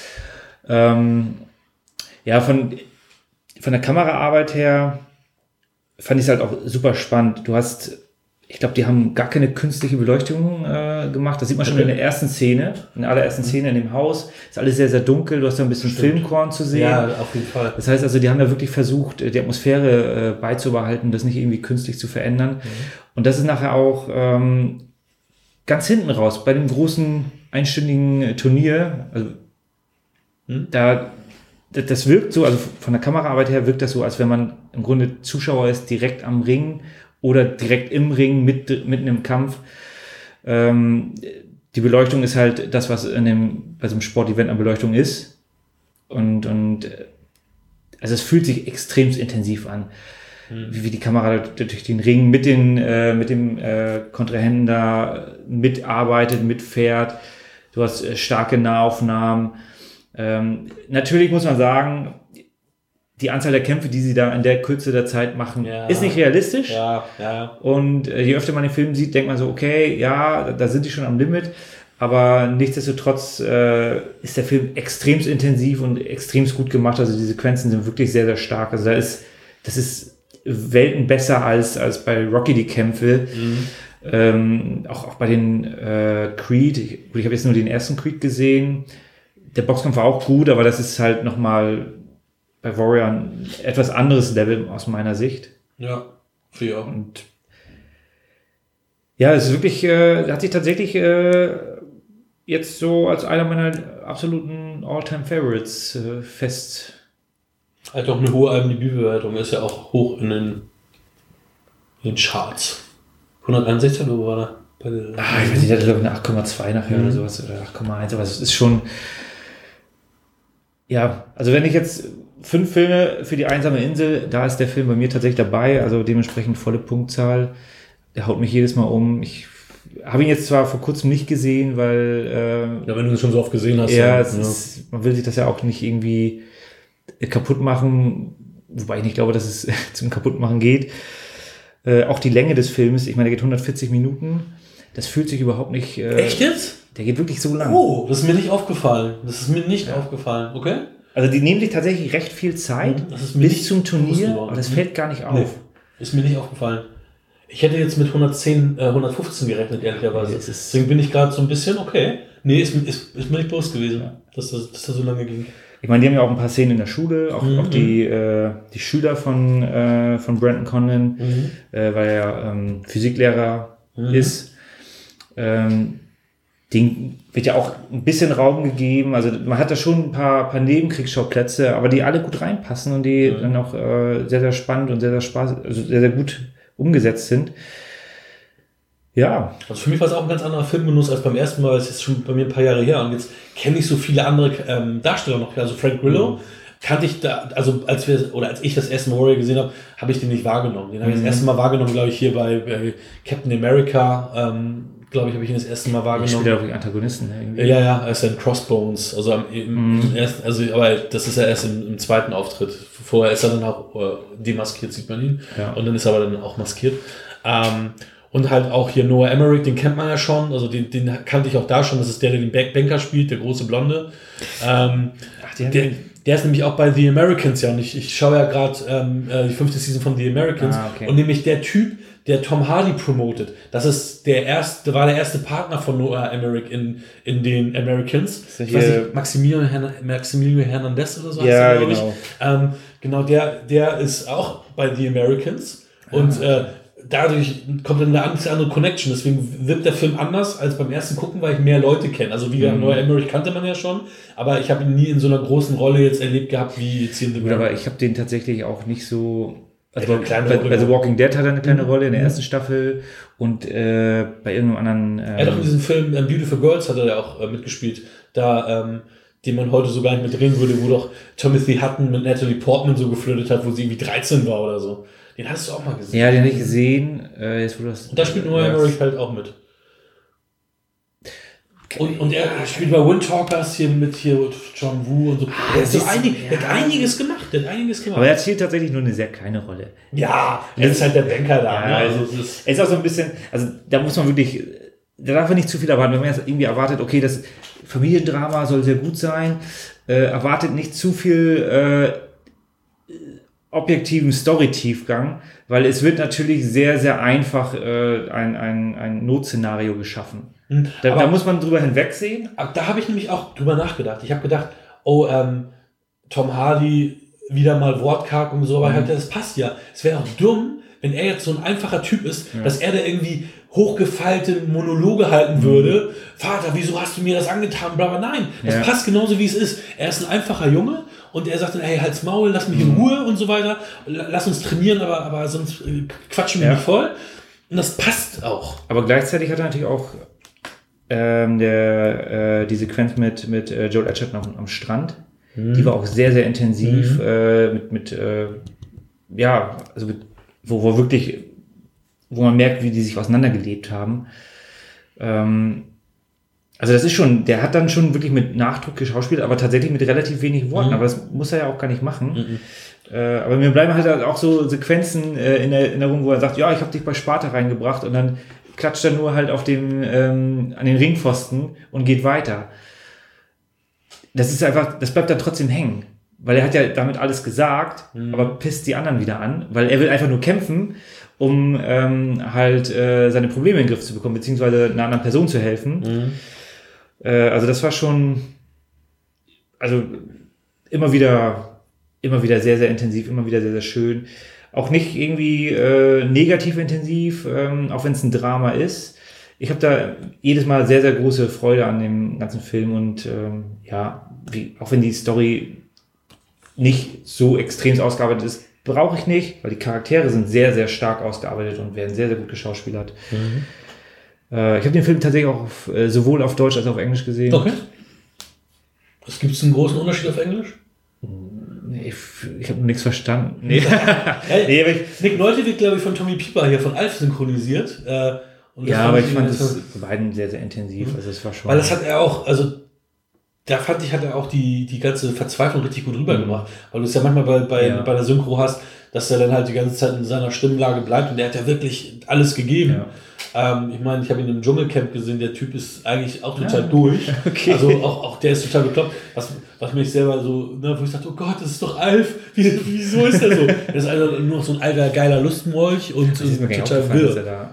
Ähm, ja, von, von der Kameraarbeit her fand ich es halt auch super spannend. Du hast, ich glaube, die haben gar keine künstliche Beleuchtung äh, gemacht. Das sieht man schon okay. in der ersten Szene, in der allerersten mhm. Szene in dem Haus. Ist alles sehr, sehr dunkel. Du hast da ein bisschen Stimmt. Filmkorn zu sehen. Ja, auf jeden Fall. Das heißt also, die haben da wirklich versucht, die Atmosphäre äh, beizubehalten, das nicht irgendwie künstlich zu verändern. Mhm. Und das ist nachher auch ähm, ganz hinten raus, bei dem großen einstündigen Turnier, also mhm. da, das wirkt so, also von der Kameraarbeit her wirkt das so, als wenn man im Grunde Zuschauer ist, direkt am Ring oder direkt im Ring, mit, mitten im Kampf. Ähm, die Beleuchtung ist halt das, was in dem, bei so einem Sportevent an Beleuchtung ist. Und, und also es fühlt sich extrem intensiv an. Mhm. Wie, wie die Kamera durch den Ring mit, den, äh, mit dem äh, Kontrahenten da mitarbeitet, mitfährt. Du hast äh, starke Nahaufnahmen. Ähm, natürlich muss man sagen, die Anzahl der Kämpfe, die sie da in der Kürze der Zeit machen, ja. ist nicht realistisch. Ja, ja. Und äh, je öfter man den Film sieht, denkt man so, okay, ja, da sind die schon am Limit. Aber nichtsdestotrotz äh, ist der Film extremst intensiv und extremst gut gemacht. Also die Sequenzen sind wirklich sehr, sehr stark. Also da ist, das ist Welten besser als, als bei Rocky die Kämpfe. Mhm. Ähm, auch, auch bei den äh, Creed. Ich, ich habe jetzt nur den ersten Creed gesehen. Der Boxkampf war auch gut, aber das ist halt nochmal bei Warrior ein etwas anderes Level aus meiner Sicht. Ja, für auch. Und ja, es ist wirklich, äh, hat sich tatsächlich äh, jetzt so als einer meiner absoluten All-Time-Favorites äh, fest. Er hat auch eine hohe IMDb-Bewertung, ist ja auch hoch in den, in den Charts. hunderteinundsechzig oder wo war er? Bei der, ah, ich weiß nicht, der hat glaube ich eine acht Komma zwei nachher mhm. oder sowas oder acht Komma eins, aber es ist schon, ja, also wenn ich jetzt fünf Filme für die einsame Insel, da ist der Film bei mir tatsächlich dabei, also dementsprechend volle Punktzahl. Der haut mich jedes Mal um. Ich habe ihn jetzt zwar vor kurzem nicht gesehen, weil äh, ja, wenn du ihn schon so oft gesehen hast. Ja, ja. Es ist, man will sich das ja auch nicht irgendwie kaputt machen, wobei ich nicht glaube, dass es zum Kaputtmachen geht. Äh, auch die Länge des Films, ich meine, der geht hundertvierzig Minuten. Das fühlt sich überhaupt nicht... Äh, Echt jetzt? Der geht wirklich so lang. Oh, das ist mir nicht aufgefallen. Das ist mir nicht ja. aufgefallen, okay? Also die nehmen sich tatsächlich recht viel Zeit das ist mir bis nicht zum Turnier, aber das fällt gar nicht auf. Nee, ist mir nicht aufgefallen. Ich hätte jetzt mit hundertzehn, äh, hundertfünfzehn gerechnet, ehrlicherweise. Nee, Deswegen bin ich gerade so ein bisschen, okay. Nee, ist, ist, ist mir nicht bewusst gewesen, ja. dass, das, dass das so lange ging. Ich meine, die haben ja auch ein paar Szenen in der Schule, auch, mhm. auch die, äh, die Schüler von, äh, von Brandon Conlon, mhm. äh, weil er ähm, Physiklehrer mhm. ist. Ähm, den wird ja auch ein bisschen Raum gegeben. Also man hat da schon ein paar, paar Nebenkriegsschauplätze, aber die alle gut reinpassen und die mhm. dann auch äh, sehr, sehr spannend und sehr, sehr spaß, also sehr, sehr gut umgesetzt sind. Ja. Also für mich war es auch ein ganz anderer Filmgenuss als beim ersten Mal. Es ist schon bei mir ein paar Jahre her und jetzt kenne ich so viele andere ähm, Darsteller noch. Also Frank Grillo mhm. kannte ich da, also als wir oder als ich das erste Mal Warrior gesehen habe, habe ich den nicht wahrgenommen. Den habe ich mhm. das erste Mal wahrgenommen, glaube ich, hier bei äh, Captain America. Ähm, glaube ich, habe ich ihn das erste Mal wahrgenommen. Ich spiele auch die Antagonisten. Irgendwie. Ja, ja, er ist ein Crossbones. Also am im, mhm. ersten, also aber das ist ja erst im, im zweiten Auftritt. Vorher ist er dann auch äh, demaskiert, sieht man ihn. Ja. Und dann ist er aber dann auch maskiert. Ähm, Und halt auch hier Noah Emmerich, den kennt man ja schon. Also den, den kannte ich auch da schon. Das ist der, der den Banker spielt, der große Blonde. Ähm, Ach, der, der ist nämlich auch bei The Americans ja. Und ich, ich schaue ja gerade ähm, die fünfte Season von The Americans. Ah, okay. Und nämlich der Typ, der Tom Hardy promotet. Das ist der erste, war der erste Partner von Noah Emmerich in, in den Americans. Ich weiß nicht, Maximiliano, Hern- Maximiliano Hernandez oder so heißt ja, der, glaube genau. ich. Ähm, genau, der, der ist auch bei The Americans. Und äh, dadurch kommt dann eine andere Connection. Deswegen wirkt der Film anders als beim ersten Gucken, weil ich mehr Leute kenne. Also wie gesagt, mhm. Noah Emmerich kannte man ja schon, aber ich habe ihn nie in so einer großen Rolle jetzt erlebt gehabt wie jetzt hier in The Gut, aber ich habe den tatsächlich auch nicht so... Also bei, bei, bei The Walking Dead hat er eine kleine mhm. Rolle in der ersten Staffel und äh, bei irgendeinem anderen... Ähm, er hat auch in diesem Film ähm, Beautiful Girls hat er ja auch äh, mitgespielt, da... Ähm, den man heute so gar nicht mehr drehen würde, wo doch Timothy Hutton mit Natalie Portman so geflirtet hat, wo sie irgendwie dreizehn war oder so. Den hast du auch mal gesehen. Ja, den habe ich gesehen. Äh, jetzt, wo das, und da spielt Noah Emmerich halt auch mit. Und, und er spielt bei Windtalkers hier mit hier John Woo und so. Ah, der, hat so ist, einig, ja. der hat einiges gemacht. Der hat einiges gemacht. Aber er spielt tatsächlich nur eine sehr kleine Rolle. Ja, er ist halt der Banker da. Ja, ne? also es ist, er ist auch so ein bisschen, also da muss man wirklich, da darf man nicht zu viel erwarten. Wenn man jetzt irgendwie erwartet, okay, das Familiendrama soll sehr gut sein, äh, erwartet nicht zu viel äh, objektiven Story-Tiefgang, weil es wird natürlich sehr, sehr einfach äh, ein, ein, ein Notszenario geschaffen. Hm, da, aber, da muss man drüber hinwegsehen. Da habe ich nämlich auch drüber nachgedacht. Ich habe gedacht, oh, ähm, Tom Hardy wieder mal wortkarg und so, aber mhm. das passt ja. Es wäre auch dumm, wenn er jetzt so ein einfacher Typ ist, ja. dass er da irgendwie hochgefeilte Monologe halten würde. Mhm. Vater, wieso hast du mir das angetan? Blablabla. Nein, das ja. passt genauso, wie es ist. Er ist ein einfacher Junge und er sagt dann, hey, halt's Maul, lass mich in Ruhe und so weiter. Lass uns trainieren, aber, aber sonst quatschen wir ja. nicht voll. Und das passt auch. Aber gleichzeitig hat er natürlich auch ähm, der, äh, die Sequenz mit, mit äh, Joel Edgerton am, am Strand. Mhm. Die war auch sehr, sehr intensiv. Mhm. Äh, mit, mit äh, ja, also mit, wo, wo wirklich, wo man merkt, wie die sich auseinandergelebt haben. Ähm, also das ist schon, der hat dann schon wirklich mit Nachdruck geschauspielt, aber tatsächlich mit relativ wenig Worten. Mhm. Aber das muss er ja auch gar nicht machen. Mhm. Äh, aber mir bleiben halt auch so Sequenzen äh, in Erinnerung, wo er sagt, ja, ich habe dich bei Sparta reingebracht und dann klatscht er nur halt auf dem, ähm, an den Ringpfosten und geht weiter. Das ist einfach, das bleibt dann trotzdem hängen. Weil er hat ja damit alles gesagt, mhm. aber pisst die anderen wieder an, weil er will einfach nur kämpfen, um ähm, halt äh, seine Probleme in den Griff zu bekommen, beziehungsweise einer anderen Person zu helfen. Mhm. Äh, also das war schon, also immer wieder, immer wieder sehr, sehr intensiv, immer wieder sehr, sehr schön. Auch nicht irgendwie äh, negativ intensiv, ähm, auch wenn es ein Drama ist. ich habe da jedes Mal sehr, sehr große Freude an dem ganzen Film und ähm, ja, wie, auch wenn die Story nicht so extrem ausgearbeitet ist, brauche ich nicht, weil die Charaktere sind sehr, sehr stark ausgearbeitet und werden sehr, sehr gut geschauspielert. Mhm. Äh, ich habe den Film tatsächlich auch auf, äh, sowohl auf Deutsch als auch auf Englisch gesehen. Okay. Was gibt es einen großen Unterschied auf Englisch? Ich, ich habe nichts verstanden. Nee. nee, aber ich, Nick Nolte wird, glaube ich, von Tommy Pieper hier von Alf synchronisiert. Äh, und ja, aber ich fand es bei beiden sehr, sehr intensiv. Mhm. Also es war schon. Weil das hat er auch, also da fand ich, hat er auch die, die ganze Verzweiflung richtig gut rübergemacht. Mhm. Weil du es ja manchmal bei, bei, ja. bei der Synchro hast, dass er dann halt die ganze Zeit in seiner Stimmlage bleibt und der hat ja wirklich alles gegeben. Ja. Ähm, ich meine, ich habe ihn im Dschungelcamp gesehen, der Typ ist eigentlich auch total ja. durch. Okay. Also auch, auch der ist total bekloppt. Was, was mich selber so, ne, wo ich dachte, oh Gott, das ist doch Alf. Wie, wieso ist der so? Der ist also nur noch so ein alter, geiler Lustmolch und, und ist mir total wirr. Da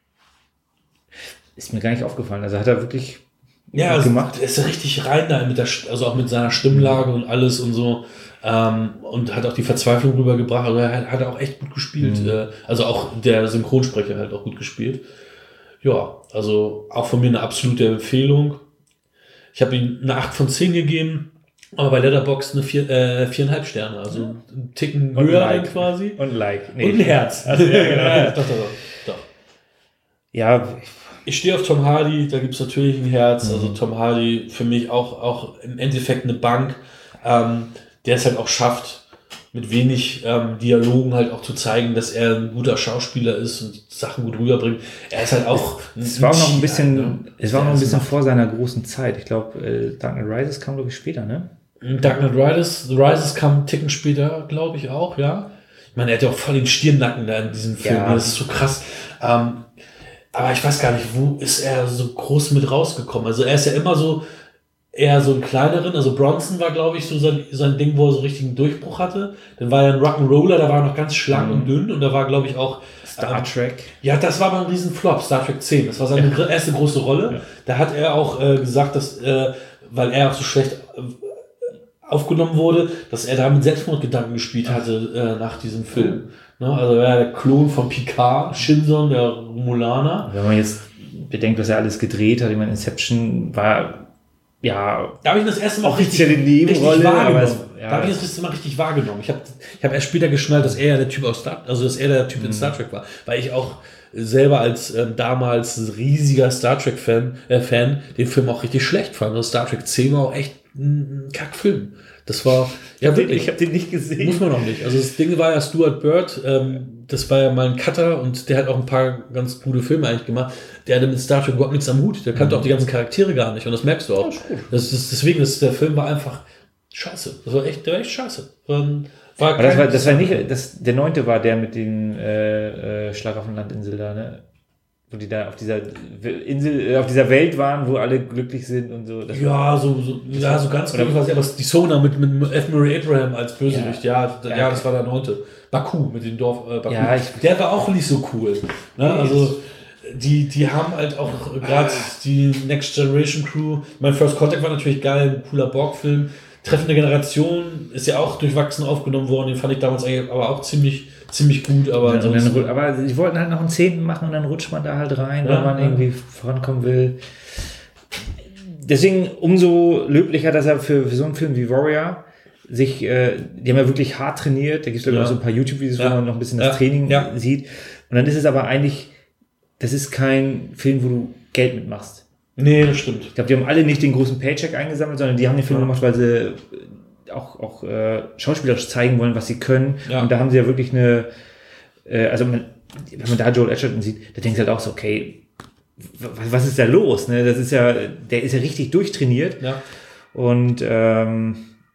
ist mir gar nicht aufgefallen. Also hat er wirklich ja, also gemacht. Er ist richtig rein da, mit der, also auch mit seiner Stimmlage und alles und so. Ähm, und hat auch die Verzweiflung rübergebracht. Also er hat, hat auch echt gut gespielt. Mhm. Äh, also auch der Synchronsprecher hat auch gut gespielt. Ja, also auch von mir eine absolute Empfehlung. Ich habe ihm eine acht von zehn gegeben, aber bei Letterboxd eine vier, äh, viereinhalb Sterne. Also einen Ticken und höher like. quasi. Und like. Nee. Und ein Herz. Also, ja, genau. doch, doch, doch, doch. Ja, ich stehe auf Tom Hardy, da gibt es natürlich ein Herz. Mhm. Also Tom Hardy für mich auch, auch im Endeffekt eine Bank, ähm, der es halt auch schafft, mit wenig ähm, Dialogen halt auch zu zeigen, dass er ein guter Schauspieler ist und Sachen gut rüberbringt. Er ist halt auch... Es war auch noch ein bisschen, ne? es war noch ein bisschen vor seiner großen Zeit. Ich glaube, äh, Dark Knight Rises kam, glaube ich, später, ne? Dark Knight Rises, Rises kam einen Ticken später, glaube ich auch, ja. Ich meine, er hat ja auch voll den Stirnnacken da in diesem Film. Ja. Das ist so krass. Ähm, aber ich weiß gar nicht, wo ist er so groß mit rausgekommen? Also er ist ja immer so eher so einen kleineren, also Bronson war, glaube ich, so sein, sein Ding, wo er so richtig einen Durchbruch hatte. Dann war er ein Rock'n'Roller, da war er noch ganz schlank mhm. und dünn und da war, glaube ich, auch Star ähm, Trek. Ja, das war mal ein riesen Flop, Star Trek zehn. Das war seine ja. erste große Rolle. Ja. Da hat er auch äh, gesagt, dass, äh, weil er auch so schlecht äh, aufgenommen wurde, dass er da mit Selbstmordgedanken gespielt hatte äh, nach diesem Film. Ne? Also er war der Klon von Picard, Shinson, der Romulaner. Wenn man jetzt bedenkt, was er alles gedreht hat, ich meine, Inception war ja, da habe ich das erste Mal offizielle Nebenrolle, aber es, ja. Da habe ich das erste Mal richtig wahrgenommen. Ich habe ich hab erst später geschnallt, dass er ja der Typ aus Star, also dass er der Typ mhm. in Star Trek war, weil ich auch selber als ähm, damals riesiger Star Trek Fan, äh, Fan den Film auch richtig schlecht fand. Also Star Trek zehn war auch echt ein Kackfilm. Das war ja wirklich. Ich habe den nicht gesehen. Muss man noch nicht. Also das Ding war ja Stuart Bird, ähm, das war ja mal ein Cutter und der hat auch ein paar ganz coole Filme eigentlich gemacht. Der hatte mit Star Trek überhaupt nichts am Hut. Der kannte mhm. auch die ganzen Charaktere gar nicht und das merkst du auch. Ja, das ist, deswegen ist der Film war einfach scheiße. Das war echt, der war echt scheiße. War, war das war, das war nicht, das, der neunte war der mit den äh, äh, Schlag auf der Landinsel da, ne? Wo die da auf dieser Insel, auf dieser Welt waren, wo alle glücklich sind und so. Das ja, so, so, ja, so ganz glücklich war es. Aber die Sona mit, mit F. Murray Abraham als Bösewicht, ja, ja, ja, das war der neunte. Baku mit dem Dorf äh, Baku. Ja, ich, der war auch nicht so cool. Ne? Also die, die haben halt auch gerade die Next Generation Crew. Mein First Contact war natürlich geil, ein cooler Borg-Film. Treffende Generation ist ja auch durchwachsen aufgenommen worden. Den fand ich damals aber auch ziemlich ziemlich gut, aber ja, dann, aber die wollten halt noch einen zehnten machen und dann rutscht man da halt rein, ja, wenn man ja. irgendwie vorankommen will. Deswegen umso löblicher, dass er für, für so einen Film wie Warrior sich, äh, die haben ja wirklich hart trainiert, da gibt es ja. auch so ein paar YouTube-Videos, ja. wo man noch ein bisschen das ja. Training ja. sieht und dann ist es aber eigentlich, das ist kein Film, wo du Geld mitmachst. Nee, das stimmt. Ich glaube, die haben alle nicht den großen Paycheck eingesammelt, sondern die haben den Film ja. gemacht, weil sie auch, auch äh, schauspielerisch zeigen wollen, was sie können. Ja. Und da haben sie ja wirklich eine, äh, also man, wenn man da Joel Edgerton sieht, da denkst du halt auch so, okay, was, was ist da los? Ne? Das ist ja, der ist ja richtig durchtrainiert. Ja. Und ähm,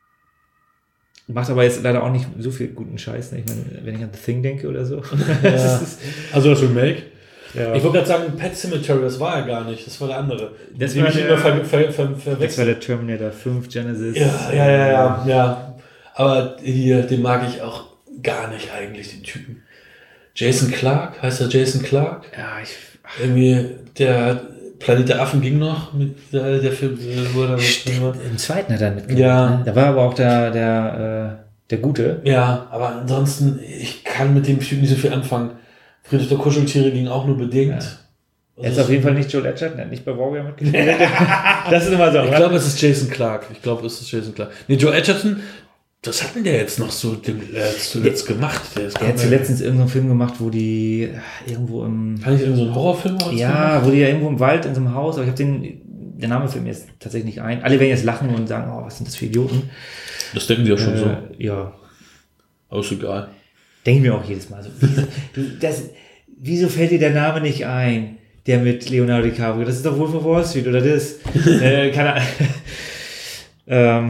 macht aber jetzt leider auch nicht so viel guten Scheiß. Ne? Ich meine, wenn ich an The Thing denke oder so. Ja. das ist, also das Remake? Ja. Ich wollte gerade sagen, Pet Sematary, das war er gar nicht, das war der andere. Das, war der, ver, ver, ver, ver, das war der Terminator fünf Genesis. Ja, ja, ja, ja, ja. Aber hier, den mag ich auch gar nicht eigentlich, den Typen. Jason Clarke, heißt er Jason Clarke? Ja, ich... Ach. Irgendwie, der Planet der Affen ging noch, mit der, der Film wurde... Stimmt, im zweiten hat er mitgemacht. Ja. Ne? Da war aber auch der, der, äh, der Gute. Ja, aber ansonsten, ich kann mit dem Typen nicht so viel anfangen. Friedrich der Kuscheltiere ging auch nur bedingt. Er ist auf jeden Fall nicht Joel Edgerton, er hat nicht bei Warrior mitgespielt. Das ist immer so. Ich glaube, es ist Jason Clarke. Ich glaube, es ist Jason Clarke. Nee, Joel Edgerton, das hat denn der jetzt noch so dem, äh, zuletzt gemacht? Der, der hat letztens irgendeinen Film gemacht, wo die irgendwo im... Kann ich irgend so einen Horrorfilm oder Ja, gemacht? wo die ja irgendwo im Wald in so einem Haus, aber ich habe den, der Name fällt mir jetzt tatsächlich nicht ein. Alle werden jetzt lachen und sagen, oh, was sind das für Idioten. Das denken die ja schon äh, so. Ja. Aber ist egal. Denke ich mir auch jedes Mal so. Wieso, du, das, wieso fällt dir der Name nicht ein? Der mit Leonardo DiCaprio. Das ist doch Wolf of Wall Street oder das. äh, keine Ahnung. ähm,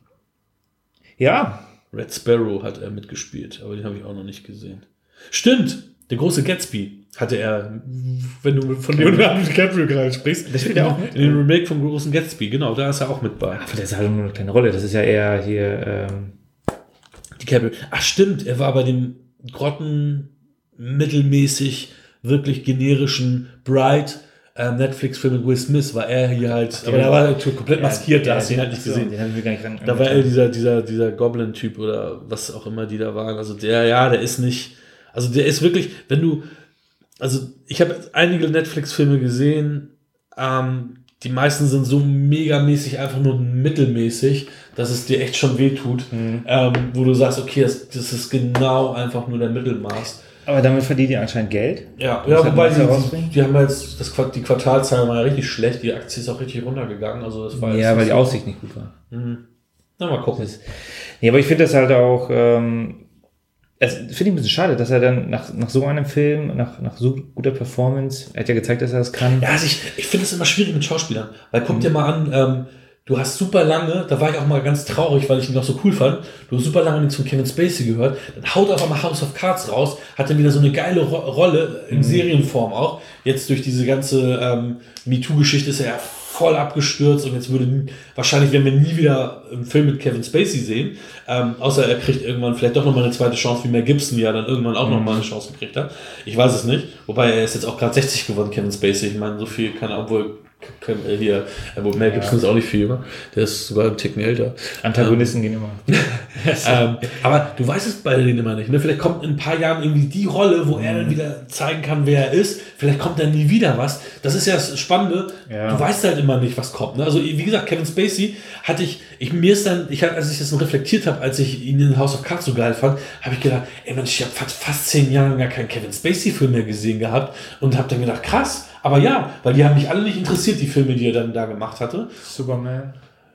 ja. Red Sparrow hat er mitgespielt, aber den habe ich auch noch nicht gesehen. Stimmt, der große Gatsby hatte er, wenn du von Leonardo DiCaprio gerade sprichst. Das spielt er auch mit? In dem Remake vom großen Gatsby, genau, da ist er auch mit bei. Aber das ist halt nur eine kleine Rolle. Das ist ja eher hier... Ähm, DiCaprio. Ach stimmt, er war bei dem Grotten mittelmäßig wirklich generischen Bright ähm, Netflix-Film mit Will Smith, war er hier halt, Ach, aber da war er komplett maskiert, ja, da hast du ihn halt nicht so, gesehen. Den habe ich mir gar nicht ran. Da war er dieser, dieser, dieser Goblin-Typ oder was auch immer die da waren. Also der, ja, der ist nicht, also der ist wirklich, wenn du, also ich habe einige Netflix-Filme gesehen, ähm, die meisten sind so megamäßig einfach nur mittelmäßig, dass es dir echt schon wehtut, mhm. ähm, wo du sagst, okay, das, das ist genau einfach nur der Mittelmaß. Aber damit verdient ihr anscheinend Geld. Ja, ja wobei die, die, die haben jetzt, das, die Quartalzahlen waren ja richtig schlecht, die Aktie ist auch richtig runtergegangen. Also das war ja, weil die so Aussicht nicht gut war. Mhm. Na, mal gucken. Das, nee, aber ich finde das halt auch, ähm, das finde ich ein bisschen schade, dass er dann nach, nach so einem Film, nach, nach so guter Performance, er hat ja gezeigt, dass er das kann. Ja, also ich, ich finde es immer schwierig mit Schauspielern, weil guck mhm. dir mal an, ähm, du hast super lange, da war ich auch mal ganz traurig, weil ich ihn noch so cool fand, du hast super lange nichts von Kevin Spacey gehört, dann haut auf einmal House of Cards raus, hat dann wieder so eine geile Ro- Rolle, in mhm. Serienform auch. Jetzt durch diese ganze ähm, MeToo-Geschichte ist er ja voll abgestürzt und jetzt würde wahrscheinlich, werden wir nie wieder einen Film mit Kevin Spacey sehen, ähm, außer er kriegt irgendwann vielleicht doch nochmal eine zweite Chance, wie Mel Gibson ja dann irgendwann auch mhm. nochmal eine Chance gekriegt hat. Ich weiß es nicht, wobei er ist jetzt auch gerade sechzig geworden, Kevin Spacey. Ich meine, so viel kann er, obwohl hier, wo Mel Gibson ja. ist auch nicht viel jünger, der ist sogar ein Ticken älter. Antagonisten ähm, gehen immer. ähm, aber du weißt es bei denen immer nicht. Ne? Vielleicht kommt in ein paar Jahren irgendwie die Rolle, wo mhm. er dann wieder zeigen kann, wer er ist. Vielleicht kommt dann nie wieder was. Das ist ja das Spannende. Ja. Du weißt halt immer nicht, was kommt. Ne? Also wie gesagt, Kevin Spacey hatte ich, ich mir ist dann, ich als ich das noch reflektiert habe, als ich ihn in House of Cards so geil fand, habe ich gedacht, ey Mensch, ich habe fast, fast zehn Jahre gar keinen Kevin Spacey-Film mehr gesehen gehabt und habe dann gedacht, krass. Aber ja, weil die haben mich alle nicht interessiert, die Filme, die er dann da gemacht hatte. Superman.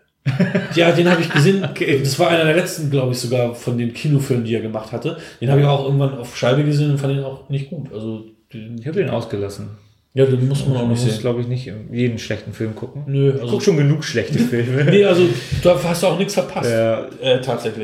Ja, den habe ich gesehen. Okay. Das war einer der letzten, glaube ich, sogar von den Kinofilmen, die er gemacht hatte. Den habe ich auch irgendwann auf Scheibe gesehen und fand ihn auch nicht gut. Also den, ich habe den ausgelassen. Ja, den muss man auch nicht sehen. Ich muss, glaube ich, nicht jeden schlechten Film gucken. Nö, also ich gucke schon genug schlechte Filme. Nee, also da hast du auch nichts verpasst. Ja. Äh, tatsächlich.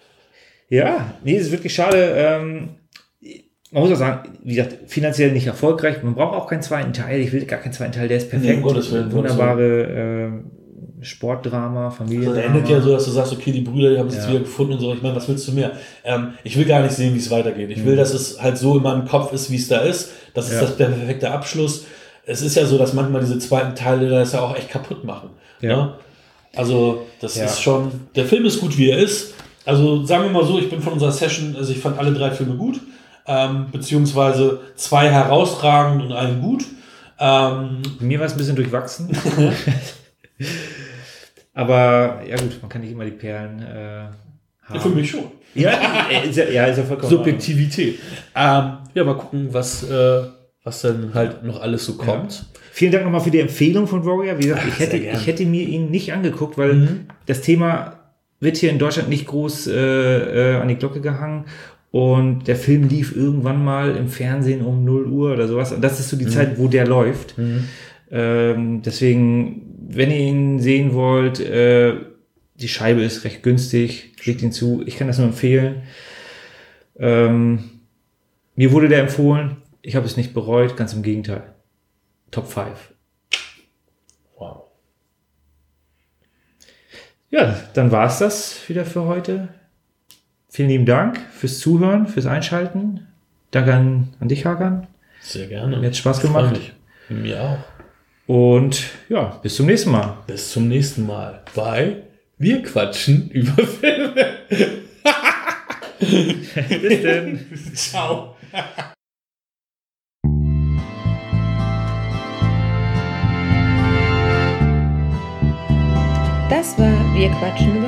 Ja, nee, es ist wirklich schade. Ähm, Man muss auch sagen, wie gesagt, finanziell nicht erfolgreich. Man braucht auch keinen zweiten Teil. Ich will gar keinen zweiten Teil. Der ist perfekt. Nee, Gottes Willen, wunderbare äh, Sportdrama, Familiendrama. Also endet ja so, dass du sagst, okay, die Brüder, die haben sich ja. jetzt wieder gefunden und so. Ich meine, was willst du mehr? Ähm, ich will gar nicht sehen, wie es weitergeht. Ich mhm. will, dass es halt so in meinem Kopf ist, wie es da ist. Das ist ja. das, der perfekte Abschluss. Es ist ja so, dass manchmal diese zweiten Teile das ja auch echt kaputt machen. Ja. Ne? Also, das ja. ist schon... Der Film ist gut, wie er ist. Also, sagen wir mal so, ich bin von unserer Session, also ich fand alle drei Filme gut. Ähm, beziehungsweise zwei herausragend und einen gut. Ähm, Mir war es ein bisschen durchwachsen. Aber ja gut, man kann nicht immer die Perlen äh, haben. Ja, für mich schon. Ja, ist ja, ja, ist ja vollkommen Subjektivität. Ähm, ja, mal gucken, was, äh, was dann halt noch alles so kommt. Ja. Vielen Dank nochmal für die Empfehlung von Warrior. Wie gesagt, Ach, ich, hätte, ich hätte mir ihn nicht angeguckt, weil mhm. das Thema wird hier in Deutschland nicht groß äh, äh, an die Glocke gehangen. Und der Film lief irgendwann mal im Fernsehen um null Uhr oder sowas. Und das ist so die mhm. Zeit, wo der läuft. Mhm. Ähm, deswegen, wenn ihr ihn sehen wollt, äh, die Scheibe ist recht günstig. Legt ihn zu. Ich kann das nur empfehlen. Ähm, mir wurde der empfohlen. Ich habe es nicht bereut. Ganz im Gegenteil. Top fünf. Wow. Ja, dann war es das wieder für heute. Vielen lieben Dank fürs Zuhören, fürs Einschalten. Danke an, an dich, Hakan. Sehr gerne. Mir hat Spaß gemacht. Mir auch. Und ja, bis zum nächsten Mal. Bis zum nächsten Mal bei Wir quatschen über Filme. Bis denn. Ciao. Das war Wir quatschen über